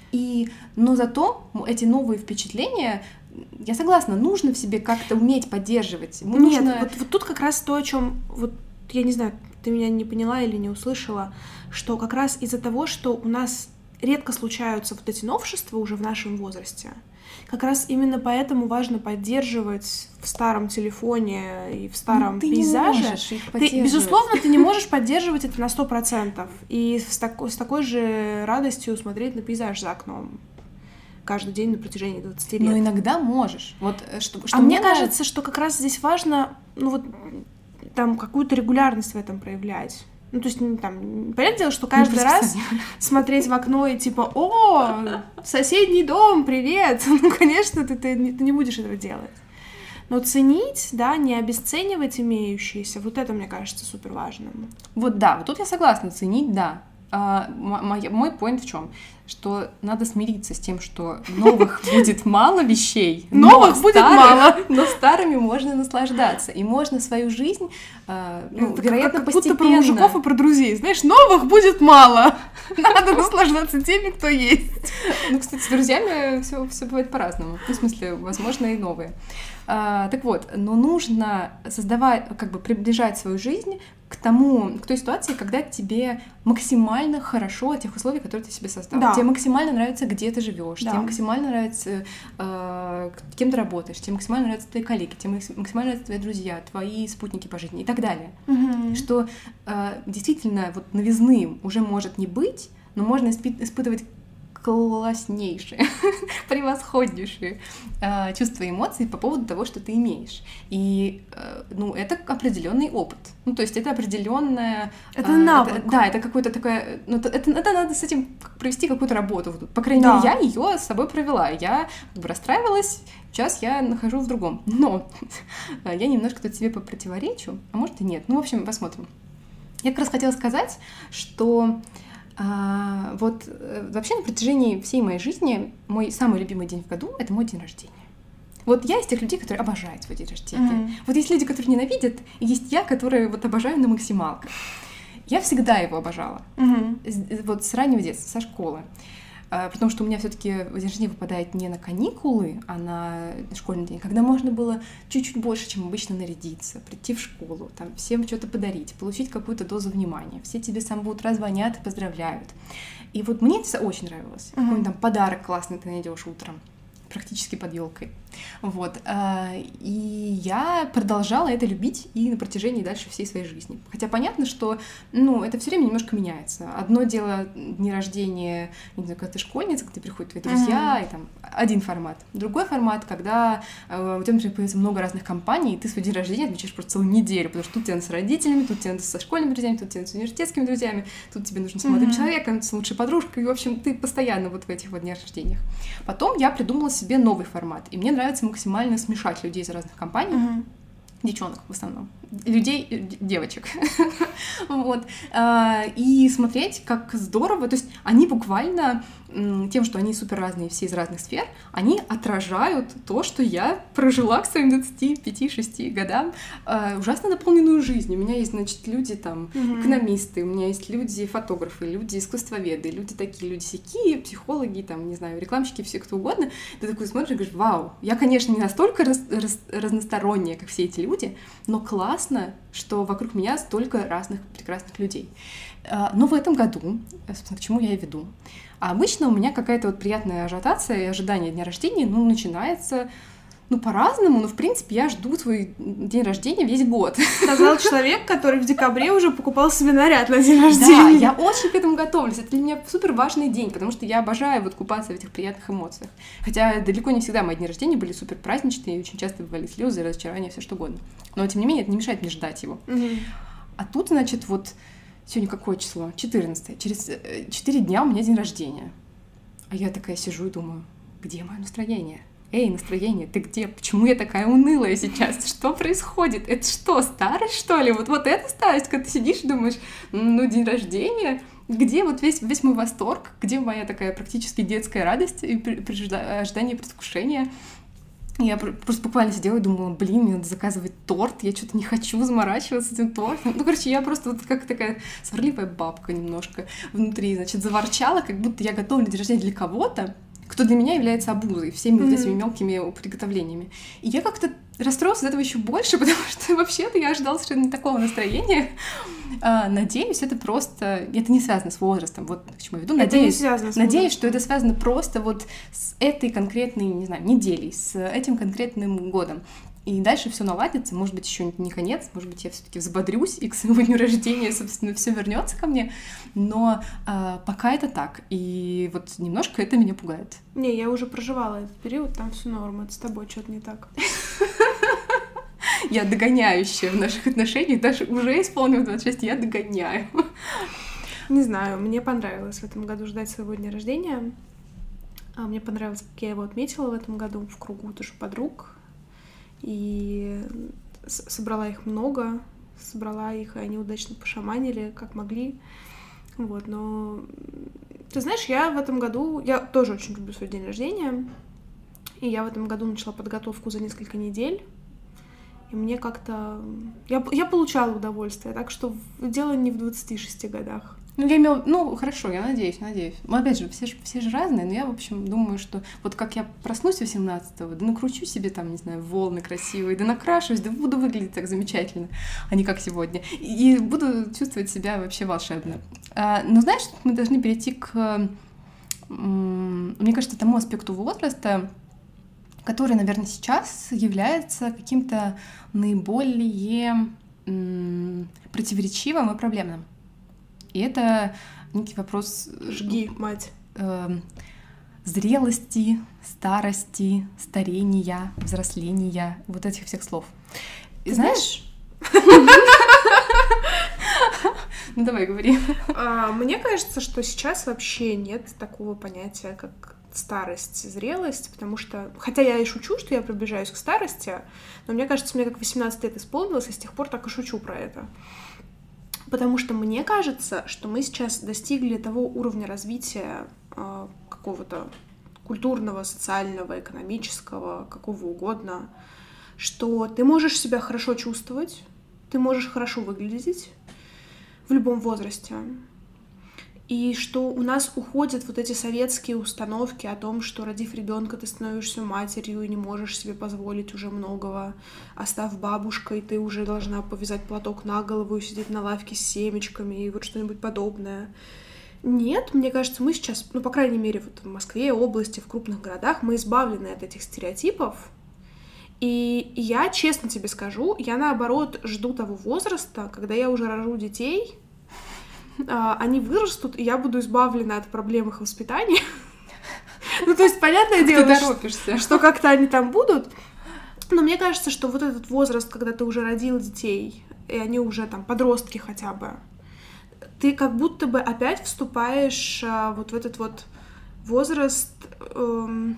Но зато эти новые впечатления, я согласна, нужно в себе как-то уметь поддерживать. Нет, вот тут как раз то, о чем, вот я не знаю, ты меня не поняла или не услышала, что как раз из-за того, что у нас редко случаются вот эти новшества уже в нашем возрасте, как раз именно поэтому важно поддерживать в старом телефоне и в старом пейзаже. Безусловно, ты не можешь поддерживать это на 100%. И с такой же радостью смотреть на пейзаж за окном каждый день на протяжении 20 лет. Но иногда можешь. Вот, мне кажется, что как раз здесь важно, ну вот, там, какую-то регулярность в этом проявлять. Ну, то есть, там, понятное дело, что каждый раз смотреть в окно и типа: «О, соседний дом, привет!» Ну, конечно, ты не будешь этого делать. Но ценить, да, не обесценивать имеющиеся, вот это, мне кажется, супер важным. Вот да, вот тут я согласна, ценить, да. Мой поинт в чем? Что надо смириться с тем, что новых будет мало вещей. Новых будет мало. Но старыми можно наслаждаться. И можно свою жизнь, вероятно, как будто про мужиков и про друзей. Знаешь, новых будет мало. Надо наслаждаться теми, кто есть. Ну, кстати, с друзьями все бывает по-разному. В смысле, возможно, и новые. Так вот, но нужно создавать, как бы приближать свою жизнь к той ситуации, когда тебе максимально хорошо от тех условий, которые ты себе создал. Да. Тебе максимально нравится, где ты живешь, да. Тебе максимально нравится, кем ты работаешь, тебе максимально нравятся твои коллеги, тебе максимально нравятся твои друзья, твои спутники по жизни и так далее. Что действительно вот новизны уже может не быть, но можно испытывать класснейшие, превосходнейшие чувства и эмоции по поводу того, что ты имеешь. И, ну, это определенный опыт. Ну, то есть это определенная... Это навык. Да, это какое-то такое... Ну, это надо с этим провести какую-то работу. По крайней мере, я ее с собой провела. Я как бы расстраивалась, сейчас я нахожу в другом. Но я немножко тут себе попротиворечу, а может и нет. Ну, в общем, посмотрим. Я как раз хотела сказать, что... вот вообще на протяжении всей моей жизни мой самый любимый день в году — это мой день рождения. Вот я из тех людей, которые обожают свой день рождения. Вот есть люди, которые ненавидят, и есть я, которая вот обожаю на максималках. Я всегда его обожала. Вот с раннего детства, со школы. Потому что у меня все-таки день рождения выпадает не на каникулы, а на школьный день, когда можно было чуть-чуть больше, чем обычно, нарядиться, прийти в школу, там, всем что-то подарить, получить какую-то дозу внимания. Все тебе с самого утра звонят и поздравляют. И вот мне это очень нравилось. Какой-нибудь там подарок классный ты найдешь утром, практически под елкой. Вот. И я продолжала это любить и на протяжении дальше всей своей жизни. Хотя понятно, что, это все время немножко меняется. Одно дело дни рождения, не знаю, когда ты школьница, когда приходят твои друзья, и там один формат. Другой формат, когда у тебя, например, появится много разных компаний, и ты свой день рождения отмечаешь просто целую неделю, потому что тут тебе надо с родителями, тут тебе надо со школьными друзьями, тут тебе надо с университетскими друзьями, тут тебе нужно с молодым человеком, с лучшей подружкой, и, в общем, ты постоянно вот в этих вот днях рождениях. Потом я придумала себе новый формат, и мне нравится максимально смешать людей из разных компаний, девчонок в основном, людей, девочек, вот, и смотреть, как здорово, то есть они буквально тем, что они супер разные, все из разных сфер, они отражают то, что я прожила к своим 25-6 годам, ужасно наполненную жизнь. У меня есть, значит, люди там, экономисты, у меня есть люди фотографы, люди искусствоведы, люди такие, люди сякие, психологи, там, не знаю, рекламщики, все кто угодно. Ты такой смотришь и говоришь: вау, я, конечно, не настолько разносторонняя, как все эти люди, но классно, что вокруг меня столько разных прекрасных людей. Но в этом году, собственно, к чему я и веду, обычно у меня какая-то вот приятная ажиотация и ожидание дня рождения, начинается, по-разному, но, в принципе, я жду свой день рождения весь год. Сказал человек, который в декабре уже покупал себе наряд на день рождения. Да, я очень к этому готовлюсь. Это для меня супер важный день, потому что я обожаю вот купаться в этих приятных эмоциях. Хотя далеко не всегда мои дни рождения были супер праздничные, и очень часто бывали слезы, разочарования, все что угодно. Но, тем не менее, это не мешает мне ждать его. А тут, значит, вот сегодня какое число? 14. Через 4 дня у меня день рождения. А я такая сижу и думаю: где мое настроение? Эй, настроение, ты где? Почему я такая унылая сейчас? Что происходит? Это что, старость, что ли? Вот это старость, когда ты сидишь и думаешь: день рождения? Где вот весь мой восторг? Где моя такая практически детская радость и ожидание предвкушения? Я просто буквально сидела и думала: мне надо заказывать торт, я что-то не хочу заморачиваться этим тортом. Я просто вот как такая сварливая бабка немножко внутри, значит, заворчала, как будто я готовлю день рождения для кого-то, кто для меня является обузой всеми вот этими мелкими приготовлениями. И я как-то расстроилась от этого еще больше, потому что вообще-то я ожидала совершенно не такого настроения. Надеюсь, это не связано с возрастом, вот к чему я веду. Надеюсь, что это связано просто вот с этой конкретной, не знаю, неделей, с этим конкретным годом. И дальше все наладится, может быть, еще не конец, может быть, я все-таки взбодрюсь, и к своему дню рождения, собственно, все вернется ко мне. Но пока это так. И вот немножко это меня пугает. Не, я уже проживала этот период, там все норм, это с тобой что-то не так. Я догоняющая в наших отношениях, даже уже исполнила 26, я догоняю. Не знаю, мне понравилось в этом году ждать своего дня рождения. Мне понравилось, как я его отметила в этом году в кругу тоже подруг. И собрала их много, и они удачно пошаманили, как могли. Вот, но ты знаешь, я в этом году, я тоже очень люблю свой день рождения, и я в этом году начала подготовку за несколько недель, и мне как-то... Я получала удовольствие, так что дело не в 26 годах. Хорошо, я надеюсь. Но опять же, все же разные, но я, в общем, думаю, что вот как я проснусь 18-го, да накручу себе там, не знаю, волны красивые, да накрашусь, да буду выглядеть так замечательно, а не как сегодня. И буду чувствовать себя вообще волшебно. Но знаешь, мы должны перейти к, мне кажется, тому аспекту возраста, который, наверное, сейчас является каким-то наиболее противоречивым и проблемным. И это некий вопрос... Жги, мать. Зрелости, старости, старения, взросления, вот этих всех слов. И знаешь... Давай, говори. Мне кажется, что сейчас вообще нет такого понятия, как старость, зрелость, потому что... Хотя я и шучу, что я приближаюсь к старости, но мне кажется, мне как 18 лет исполнилось, и с тех пор так и шучу про это. Потому что мне кажется, что мы сейчас достигли того уровня развития какого-то культурного, социального, экономического, какого угодно, что ты можешь себя хорошо чувствовать, ты можешь хорошо выглядеть в любом возрасте. И что у нас уходят вот эти советские установки о том, что, родив ребенка, ты становишься матерью и не можешь себе позволить уже многого. А став бабушкой, ты уже должна повязать платок на голову и сидеть на лавке с семечками и вот что-нибудь подобное. Нет, мне кажется, мы сейчас, по крайней мере, вот в Москве, области, в крупных городах, мы избавлены от этих стереотипов. И я, честно тебе скажу, я наоборот жду того возраста, когда я уже рожу детей, они вырастут, и я буду избавлена от проблем их воспитания. Ну, то есть, понятное дело, что как-то они там будут. Но мне кажется, что вот этот возраст, когда ты уже родил детей, и они уже там подростки хотя бы, ты как будто бы опять вступаешь вот в этот вот возраст, ну,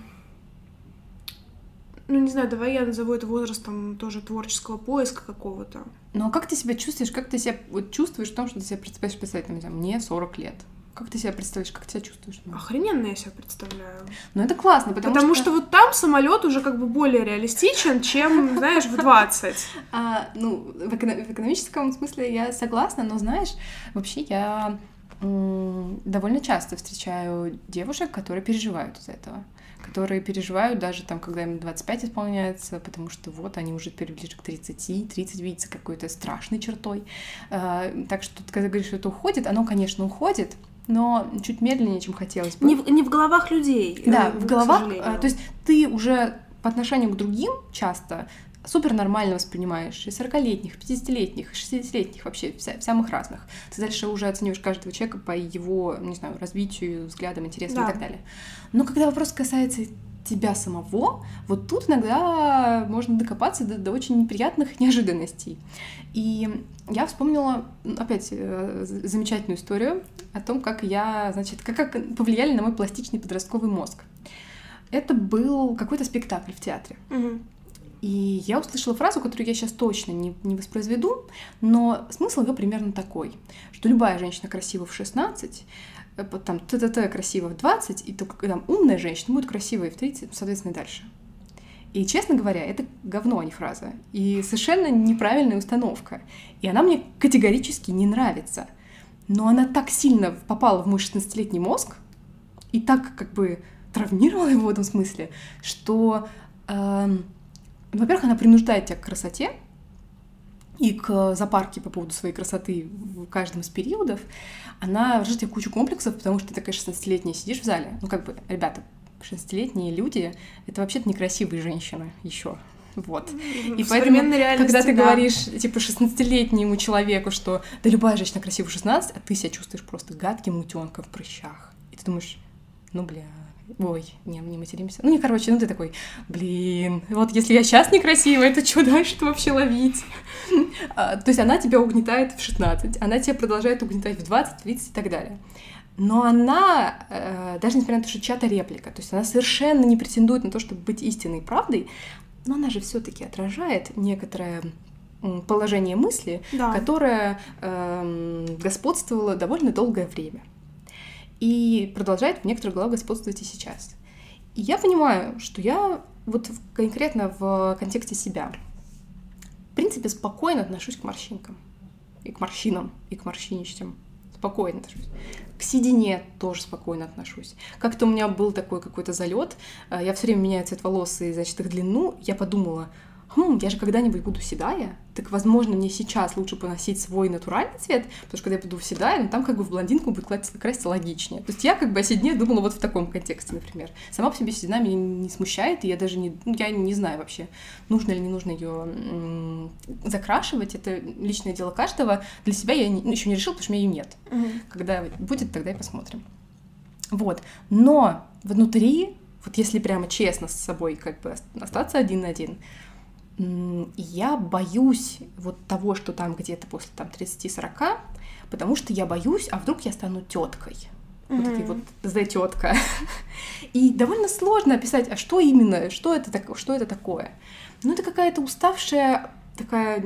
не знаю, давай я назову это возрастом тоже творческого поиска какого-то. Ну, а как ты себя чувствуешь? Как ты себя вот чувствуешь в том, что ты себя представляешь, там, мне 40 лет? Как ты себя представляешь? Как ты себя чувствуешь? Охрененно я себя представляю. Ну, это классно, потому что вот там самолет уже как бы более реалистичен, чем, знаешь, в 20. Ну, в экономическом смысле я согласна, но, знаешь, вообще я довольно часто встречаю девушек, которые переживают из-за этого. Которые переживают даже там, когда им 25 исполняется, потому что вот они уже теперь ближе к 30, 30 видится какой-то страшной чертой. Так что, когда говоришь, что это уходит, оно, конечно, уходит, но чуть медленнее, чем хотелось бы. Не в головах людей. Да, в головах. То есть ты уже по отношению к другим часто супер нормально воспринимаешь и 40-летних, 50-летних, 60-летних, вообще самых разных. Ты дальше уже оцениваешь каждого человека по его, не знаю, развитию, взглядам, интересам и так далее. Но когда вопрос касается тебя самого, вот тут иногда можно докопаться до очень неприятных неожиданностей. И я вспомнила опять замечательную историю о том, как как повлияли на мой пластичный подростковый мозг. Это был какой-то спектакль в театре. И я услышала фразу, которую я сейчас точно не воспроизведу, но смысл ее примерно такой, что любая женщина красива в 16, там т-т-т красива в 20, и только там умная женщина будет красивой в 30, соответственно, и дальше. И, честно говоря, это говно, а не фраза. И совершенно неправильная установка. И она мне категорически не нравится. Но она так сильно попала в мой 16-летний мозг и так как бы травмировала его в этом смысле, что... Во-первых, она принуждает тебя к красоте и к запарке по поводу своей красоты в каждом из периодов. Она рождает тебе кучу комплексов, потому что ты такая 16-летняя сидишь в зале. Ну, как бы, ребята, 16-летние люди — это вообще-то некрасивые женщины еще. Вот. И поэтому, когда ты говоришь, типа, 16-летнему человеку, что да любая женщина красива в 16, а ты себя чувствуешь просто гадким утенком в прыщах. И ты думаешь, ну, бля... Ой, не материмся. Ну, короче, ты такой, блин, вот если я сейчас некрасивая, то что дальше-то вообще ловить? То есть она тебя угнетает в 16, она тебя продолжает угнетать в 20, 30 и так далее. Но она, даже несмотря на то, что чья-то реплика, то есть она совершенно не претендует на то, чтобы быть истинной правдой, но она же все-таки отражает некоторое положение мысли, которое господствовало довольно долгое время. И продолжает в некоторых головах господствовать и сейчас. И я понимаю, что я вот конкретно в контексте себя, в принципе, спокойно отношусь к морщинкам. И к морщинам, и к морщинистым. Спокойно отношусь. К седине тоже спокойно отношусь. Как-то у меня был такой какой-то залет. Я все время меняю цвет волос и, значит, их длину. Я подумала, я же когда-нибудь буду седая, так, возможно, мне сейчас лучше поносить свой натуральный цвет, потому что когда я буду седая, там как бы в блондинку будет краситься логичнее. То есть я как бы о седине думала вот в таком контексте, например. Сама по себе седина меня не смущает, и я даже я не знаю вообще, нужно или не нужно ее закрашивать, это личное дело каждого. Для себя я еще не решила, потому что у меня ее нет. Когда будет, тогда и посмотрим. Вот. Но внутри, вот если прямо честно с собой как бы остаться один на один, я боюсь вот того, что там где-то после там 30-40, потому что я боюсь, а вдруг я стану теткой. Вот этой вот тетка. И довольно сложно описать, а что именно, что это такое. Ну, это какая-то уставшая такая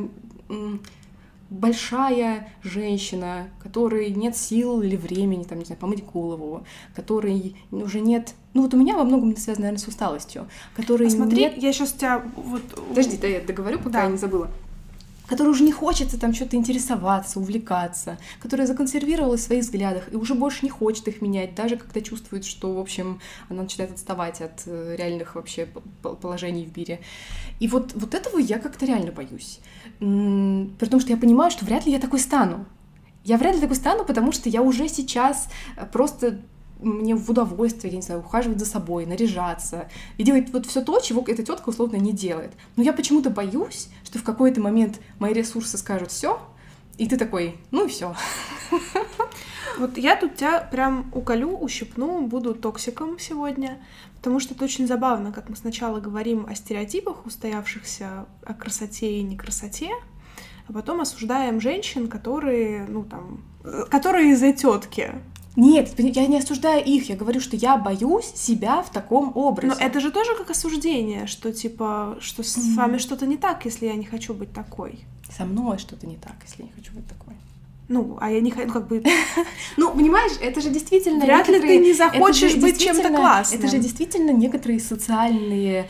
большая женщина, которой нет сил или времени, там, не знаю, помыть голову, которой уже нет... Ну, вот у меня во многом это связано, наверное, с усталостью, которой смотри, нет... я сейчас тебя... Подожди, я договорю, пока я не забыла. Которой уже не хочется там что-то интересоваться, увлекаться, которая законсервировалась в своих взглядах и уже больше не хочет их менять, даже когда чувствует, что, в общем, она начинает отставать от реальных вообще положений в мире. И вот этого я как-то реально боюсь. При том, что я понимаю, что вряд ли я такой стану. Я вряд ли такой стану, потому что я уже сейчас просто мне в удовольствие, я не знаю, ухаживать за собой, наряжаться и делать вот все то, чего эта тетка условно не делает. Но я почему-то боюсь, что в какой-то момент мои ресурсы скажут все, и ты такой, ну и все. Вот я тут тебя прям уколю, ущипну, буду токсиком сегодня, потому что это очень забавно, как мы сначала говорим о стереотипах, устоявшихся, о красоте и некрасоте, а потом осуждаем женщин, которые, которые из-за тетки. Нет, я не осуждаю их, я говорю, что я боюсь себя в таком образе. Но это же тоже как осуждение, что типа, что с вами что-то не так, если я не хочу быть такой. Со мной что-то не так, если я не хочу быть такой. А я не хочу, Ну, понимаешь, это же действительно... Вряд ли ты не захочешь быть чем-то классным. Это же действительно некоторые социальные...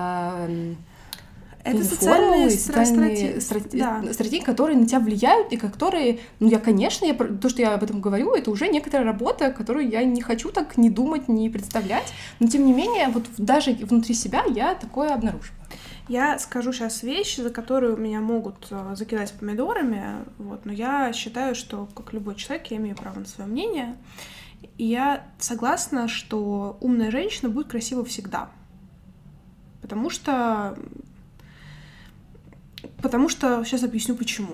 Это социальные стратегии, которые на тебя влияют, и которые... То, что я об этом говорю, это уже некоторая работа, которую я не хочу так не думать, не представлять, но, тем не менее, вот даже внутри себя я такое обнаружила. Я скажу сейчас вещь, за которую меня могут закидать помидорами, но я считаю, что, как любой человек, я имею право на свое мнение, и я согласна, что умная женщина будет красива всегда. Потому что сейчас объясню почему.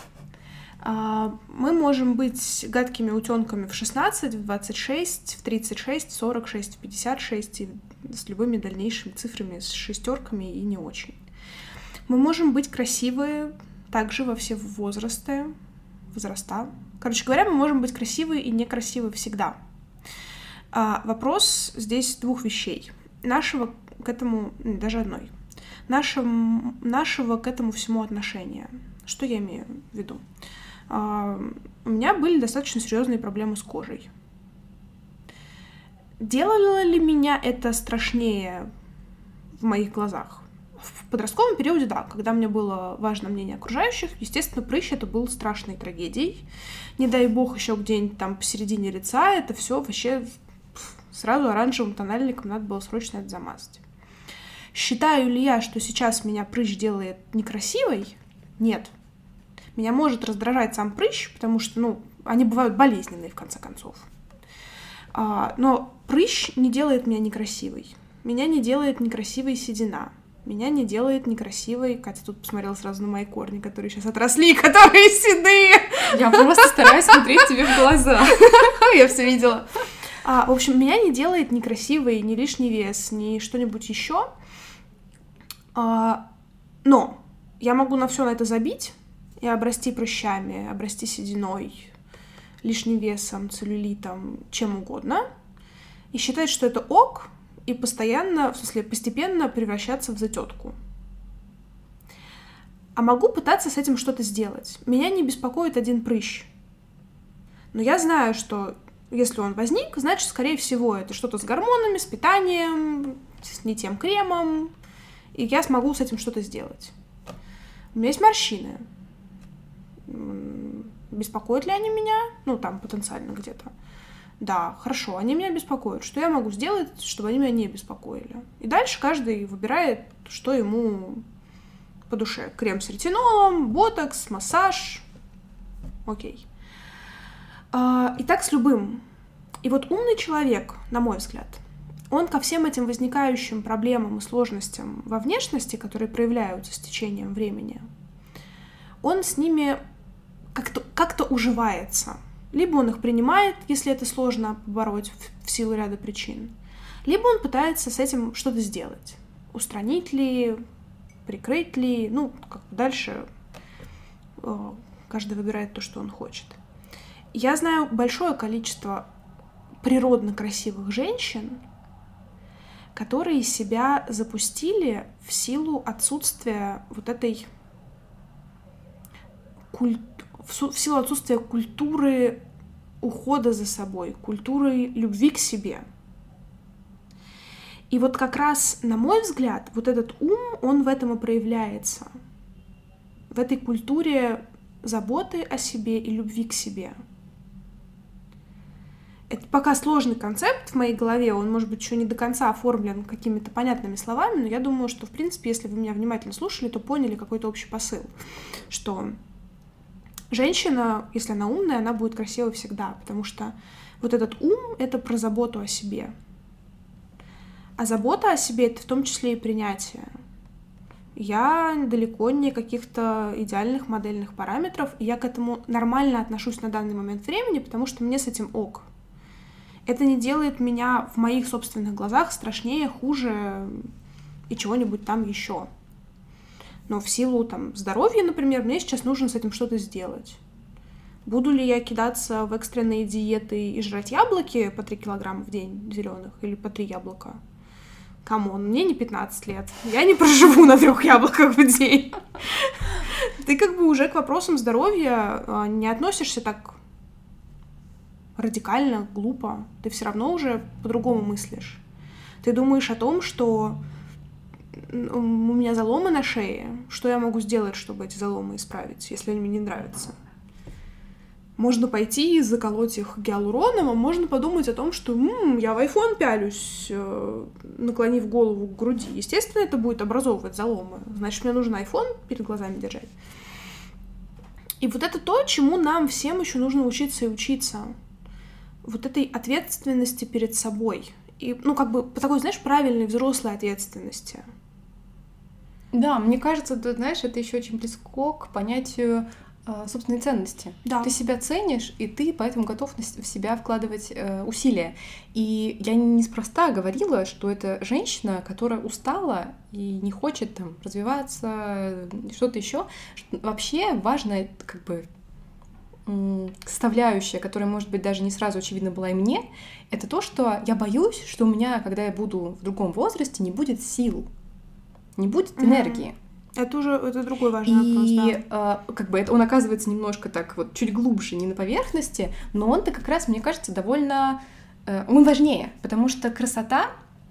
Мы можем быть гадкими утенками в 16, в 26, в 36, в 46, в 56 и с любыми дальнейшими цифрами, с шестерками и не очень. Мы можем быть красивые также во все возраста. Короче говоря, мы можем быть красивые и некрасивые всегда. Вопрос здесь двух вещей. Нашего к этому, даже одной. Нашего к этому всему отношения. Что я имею в виду? У меня были достаточно серьезные проблемы с кожей. Делало ли меня это страшнее в моих глазах? В подростковом периоде, да, когда мне было важно мнение окружающих, естественно, прыщ это был страшной трагедией. Не дай бог еще где-нибудь там посередине лица, это все вообще сразу оранжевым тональником надо было срочно это замазать. Считаю ли я, что сейчас меня прыщ делает некрасивой? Нет. Меня может раздражать сам прыщ, потому что, они бывают болезненные, в конце концов. Но прыщ не делает меня некрасивой. Меня не делает некрасивой седина. Меня не делает некрасивой... Катя тут посмотрела сразу на мои корни, которые сейчас отросли, которые седые. Я просто стараюсь смотреть тебе в глаза. Я все видела. В общем, меня не делает некрасивой ни лишний вес, ни что-нибудь еще. Но я могу на все на это забить и обрасти прыщами, обрасти сединой, лишним весом, целлюлитом, чем угодно, и считать, что это ок, и постепенно превращаться в затетку. А могу пытаться с этим что-то сделать. Меня не беспокоит один прыщ. Но я знаю, что если он возник, значит, скорее всего, это что-то с гормонами, с питанием, с не тем кремом, и я смогу с этим что-то сделать. У меня есть морщины. Беспокоят ли они меня? Потенциально где-то. Да, хорошо, они меня беспокоят. Что я могу сделать, чтобы они меня не беспокоили? И дальше каждый выбирает, что ему по душе. Крем с ретинолом, ботокс, массаж. Окей. И так с любым. И вот умный человек, на мой взгляд, он ко всем этим возникающим проблемам и сложностям во внешности, которые проявляются с течением времени, он с ними как-то уживается. Либо он их принимает, если это сложно побороть в силу ряда причин, либо он пытается с этим что-то сделать. Устранить ли, прикрыть ли, дальше каждый выбирает то, что он хочет. Я знаю большое количество природно красивых женщин, которые себя запустили в силу отсутствия в силу отсутствия культуры ухода за собой, культуры любви к себе. И вот как раз, на мой взгляд, вот этот ум, он в этом и проявляется. В этой культуре заботы о себе и любви к себе. Это пока сложный концепт в моей голове, он, может быть, еще не до конца оформлен какими-то понятными словами, но я думаю, что, в принципе, если вы меня внимательно слушали, то поняли какой-то общий посыл, что женщина, если она умная, она будет красивой всегда, потому что Вот этот ум — это про заботу о себе. А забота о себе — это в том числе и принятие. Я далеко не каких-то идеальных модельных параметров, и я к этому нормально отношусь на данный момент времени, потому что мне с этим ок. Это не делает меня в моих собственных глазах страшнее, хуже и чего-нибудь там еще. Но в силу здоровья, например, мне сейчас нужно с этим что-то сделать. Буду ли я кидаться в экстренные диеты и жрать яблоки по 3 килограмма в день зеленых или по 3 яблока? Камон, мне не 15 лет. Я не проживу на 3 яблоках в день. Ты уже к вопросам здоровья не относишься так радикально, глупо. Ты все равно уже по-другому мыслишь. Ты думаешь о том, что у меня заломы на шее. Что я могу сделать, чтобы эти заломы исправить, если они мне не нравятся? Можно пойти и заколоть их гиалуроном, а можно подумать о том, что я в iPhone пялюсь, наклонив голову к груди. Естественно, это будет образовывать заломы. Значит, мне нужно iPhone перед глазами держать. И вот это то, чему нам всем еще нужно учиться и учиться. Вот этой ответственности перед собой. И, по такой, правильной взрослой ответственности. Да, мне кажется, ты знаешь, это еще очень близко к понятию собственной ценности. Да. Ты себя ценишь, и ты поэтому готов в себя вкладывать усилия. И я неспроста говорила, что это женщина, которая устала и не хочет развиваться, что-то еще. Вообще важная составляющая, которая, может быть, даже не сразу очевидна была и мне, это то, что я боюсь, что у меня, когда я буду в другом возрасте, не будет сил, не будет энергии. Это другой важный вопрос, да. И это он оказывается немножко чуть глубже, не на поверхности, но он-то как раз, мне кажется, довольно... он важнее, потому что красота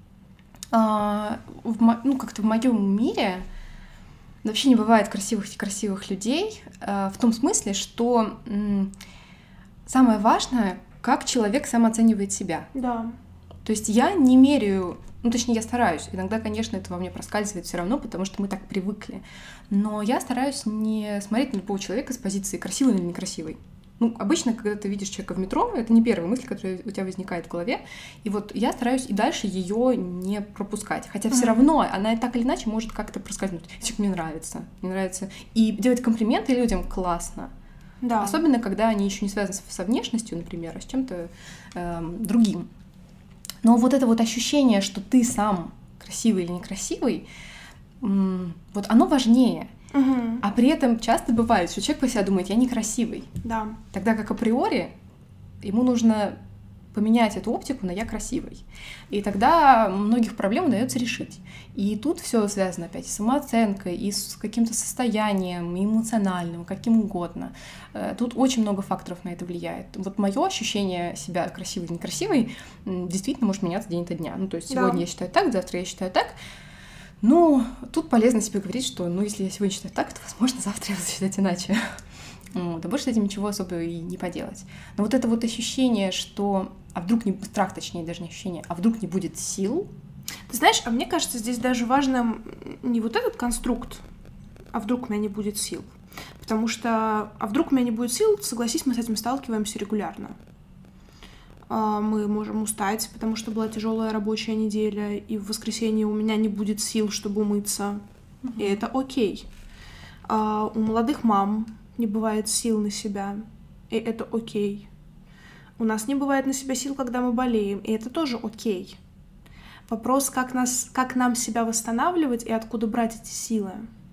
в моем мире вообще не бывает красивых людей в том смысле, что самое важное, как человек сам оценивает себя. Да. То есть я не меряю... точнее, я стараюсь. Иногда, конечно, это во мне проскальзывает все равно, потому что мы так привыкли. Но я стараюсь не смотреть на любого человека с позиции красивый или некрасивый. Обычно, когда ты видишь человека в метро, это не первая мысль, которая у тебя возникает в голове. И вот я стараюсь и дальше ее не пропускать. Хотя все равно она так или иначе может как-то проскользнуть. Человек мне нравится. И делать комплименты людям классно. Да. Особенно, когда они еще не связаны со внешностью, например, а с чем-то другим. Но вот это ощущение, что ты сам красивый или некрасивый, вот оно важнее. Угу. А при этом часто бывает, что человек по себе думает, я некрасивый. Да. Тогда как априори ему нужно поменять эту оптику на «я красивый». И тогда многих проблем удается решить. И тут все связано опять с самооценкой, и с каким-то состоянием, и эмоциональным, каким угодно. Тут очень много факторов на это влияет. Вот мое ощущение себя красивой или некрасивой действительно может меняться день ото дня. То есть сегодня я считаю так, завтра я считаю так. Тут полезно себе говорить, что если я сегодня считаю так, то, возможно, завтра я буду считать иначе. Да больше с этим ничего особо и не поделать. Но вот это ощущение, что... страх, точнее, даже не ощущение, а вдруг не будет сил. Ты знаешь, а мне кажется, здесь даже важно не вот этот конструкт, а вдруг у меня не будет сил. Потому что, а вдруг у меня не будет сил, согласись, мы с этим сталкиваемся регулярно. Мы можем устать, потому что была тяжелая рабочая неделя, и в воскресенье у меня не будет сил, чтобы умыться. И это окей. У молодых мам не бывает сил на себя, и это окей. У нас не бывает на себя сил, когда мы болеем, и это тоже окей. Вопрос, как нам себя восстанавливать и откуда брать эти силы.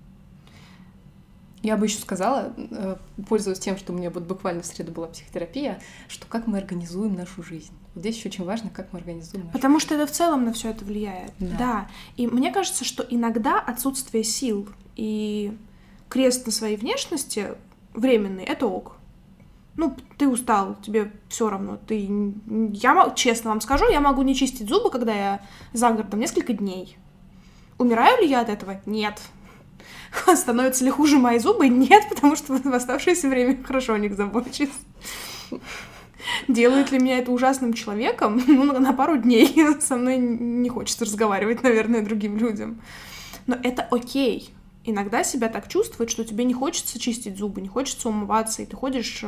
Я бы еще сказала, пользуясь тем, что у меня буквально в среду была психотерапия, что как мы организуем нашу жизнь. Здесь еще очень важно, как мы организуем нашу Потому жизнь. что это в целом на все это влияет. Да. И мне кажется, что иногда отсутствие сил и крест на своей внешности временный — это ок. Ты устал, тебе все равно. Честно вам скажу, я могу не чистить зубы, когда я за городом несколько дней. Умираю ли я от этого? Нет. Становятся ли хуже мои зубы? Нет, потому что в оставшееся время хорошо о них забочусь. Делает ли меня это ужасным человеком? На пару дней со мной не хочется разговаривать, наверное, другим людям. Но это окей. иногда себя так чувствовать, что тебе не хочется чистить зубы, не хочется умываться, и ты ходишь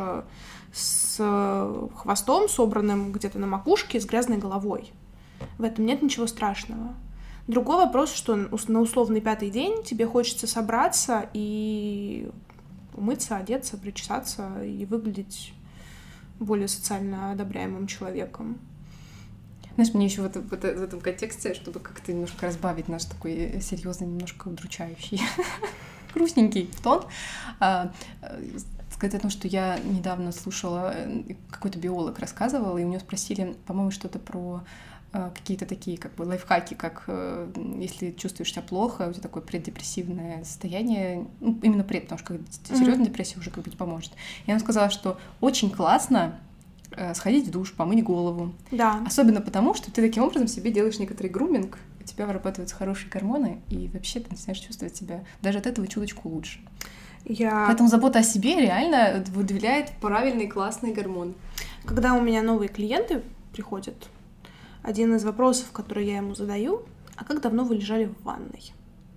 с хвостом, собранным где-то на макушке, с грязной головой. В этом нет ничего страшного. Другой вопрос, что на условный 5-й день тебе хочется собраться и умыться, одеться, причесаться и выглядеть более социально одобряемым человеком. Знаешь, мне еще в этом контексте, чтобы как-то немножко разбавить наш такой серьезный, немножко удручающий, грустненький тон, сказать о том, что я недавно слушала, какой-то биолог рассказывал, и у него спросили, по-моему, что-то про какие-то такие как бы лайфхаки, как если чувствуешь себя плохо, у тебя такое преддепрессивное состояние, ну, именно потому что когда серьезная депрессия уже как бы не поможет. И она сказала, что очень классно сходить в душ, помыть голову. Да. Особенно потому, что ты таким образом себе делаешь некоторый груминг, у тебя вырабатываются хорошие гормоны, и вообще ты начинаешь чувствовать себя даже от этого чуточку лучше. Поэтому забота о себе реально выделяет правильные, классные гормоны. Когда у меня новые клиенты приходят, один из вопросов, который я ему задаю: а как давно вы лежали в ванной?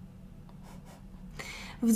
В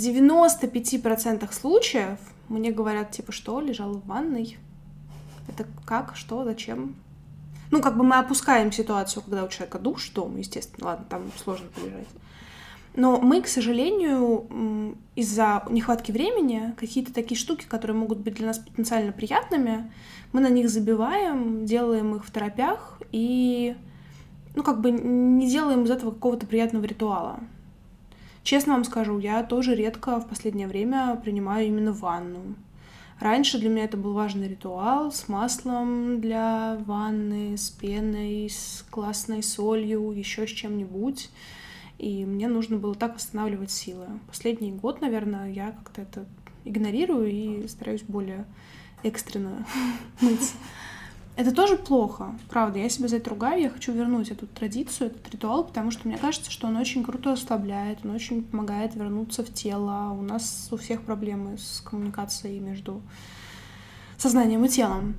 95% случаев мне говорят, типа, что, лежала в ванной? Это как, что, зачем? Ну, как бы мы опускаем ситуацию, когда у человека душ дома, естественно, ладно, там сложно полежать. Но мы, к сожалению, из-за нехватки времени какие-то такие штуки, которые могут быть для нас потенциально приятными, мы на них забиваем, делаем их в торопях и, ну, как бы не делаем из этого какого-то приятного ритуала. Честно вам скажу, я тоже редко в последнее время принимаю именно ванну. Раньше для меня это был важный ритуал с маслом для ванны, с пеной, с классной солью, еще с чем-нибудь. И мне нужно было так восстанавливать силы. Последний год, наверное, я как-то это игнорирую и стараюсь более экстренно мыться. Это тоже плохо, правда, я себя за это ругаю, я хочу вернуть эту традицию, этот ритуал, потому что мне кажется, что он очень круто расслабляет, он очень помогает вернуться в тело. У нас у всех проблемы с коммуникацией между сознанием и телом.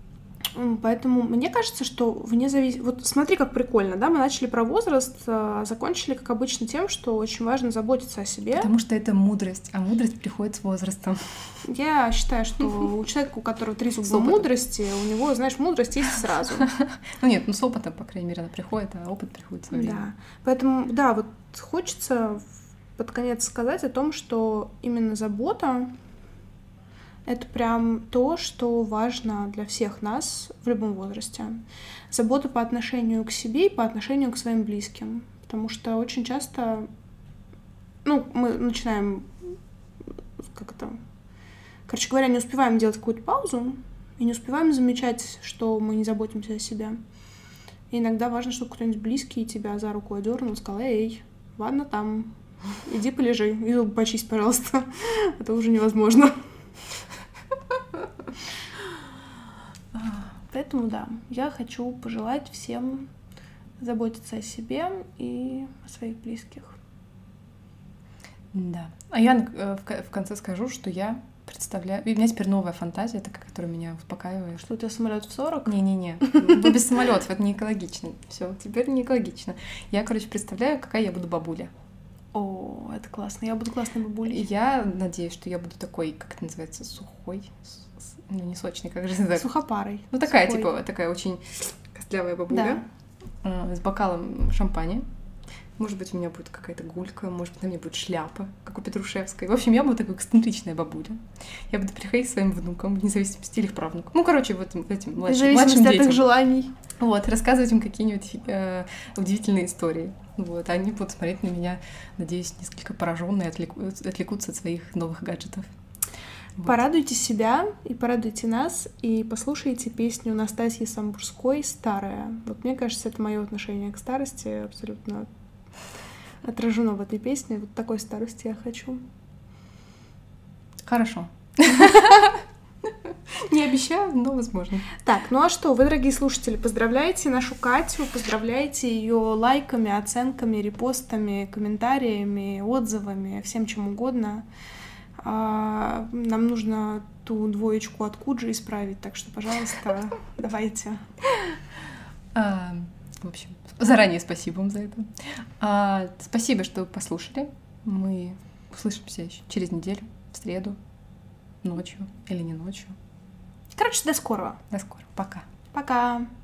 Поэтому мне кажется, что вне зависимости... Вот смотри, как прикольно, да? Мы начали про возраст, закончили, как обычно, тем, что очень важно заботиться о себе. Потому что это мудрость, а мудрость приходит с возрастом. Я считаю, что у человека, у которого 3 зуба мудрости, у него, знаешь, мудрость есть сразу. Ну нет, ну с опытом, по крайней мере, она приходит, а опыт приходит в свое время. Да, поэтому, да, вот хочется под конец сказать о том, что именно забота — это прям то, что важно для всех нас в любом возрасте. Забота по отношению к себе и по отношению к своим близким. Потому что очень часто, ну, мы начинаем как-то... Короче говоря, не успеваем делать какую-то паузу и не успеваем замечать, что мы не заботимся о себе. И иногда важно, чтобы кто-нибудь близкий тебя за руку одернул и сказал: «Эй, ладно там, иди полежи, и зубы почисть, пожалуйста, это уже невозможно». Поэтому да, я хочу пожелать всем заботиться о себе и о своих близких. Да. А я в конце скажу, что я представляю... И у меня теперь новая фантазия, такая, которая меня успокаивает. Что у тебя самолет в 40? Не-не-не. Без самолетов, это не экологично. Все, теперь не экологично. Я, короче, представляю, какая я буду бабуля. О, это классно. Я буду классной бабулей. Я надеюсь, что я буду такой, как это называется, сухой, ну не сочный, как же это? Сухопарой. Ну такая, типа, такая очень костлявая бабуля, да. С бокалом шампани. Может быть, у меня будет какая-то гулька, может быть, на мне будет шляпа, как у Петрушевской. В общем, я буду такой эксцентричная бабуля. Я буду приходить к своим внукам, вне зависимости от их правнукам. Ну, короче, вот этим младшим детям. От их желаний. Вот, рассказывать им какие-нибудь удивительные истории. Вот, они будут смотреть на меня, надеюсь, несколько пораженные, отвлекутся от своих новых гаджетов. Вот. Порадуйте себя и порадуйте нас, и послушайте песню Настасьи Самбурской «Старая». Вот мне кажется, это мое отношение к старости абсолютно отражено в этой песне. Вот такой старости я хочу. Хорошо. Не обещаю, но возможно. Так, ну а что, вы, дорогие слушатели, поздравляйте нашу Катю, поздравляйте ее лайками, оценками, репостами, комментариями, отзывами, всем чем угодно. Нам нужно ту двоечку от Куджи исправить, так что, пожалуйста, давайте. В общем, заранее спасибо вам за это. Спасибо, что послушали. Мы Услышимся еще через неделю, в среду, ночью или не ночью. Короче, до скорого. До скорого. Пока. Пока.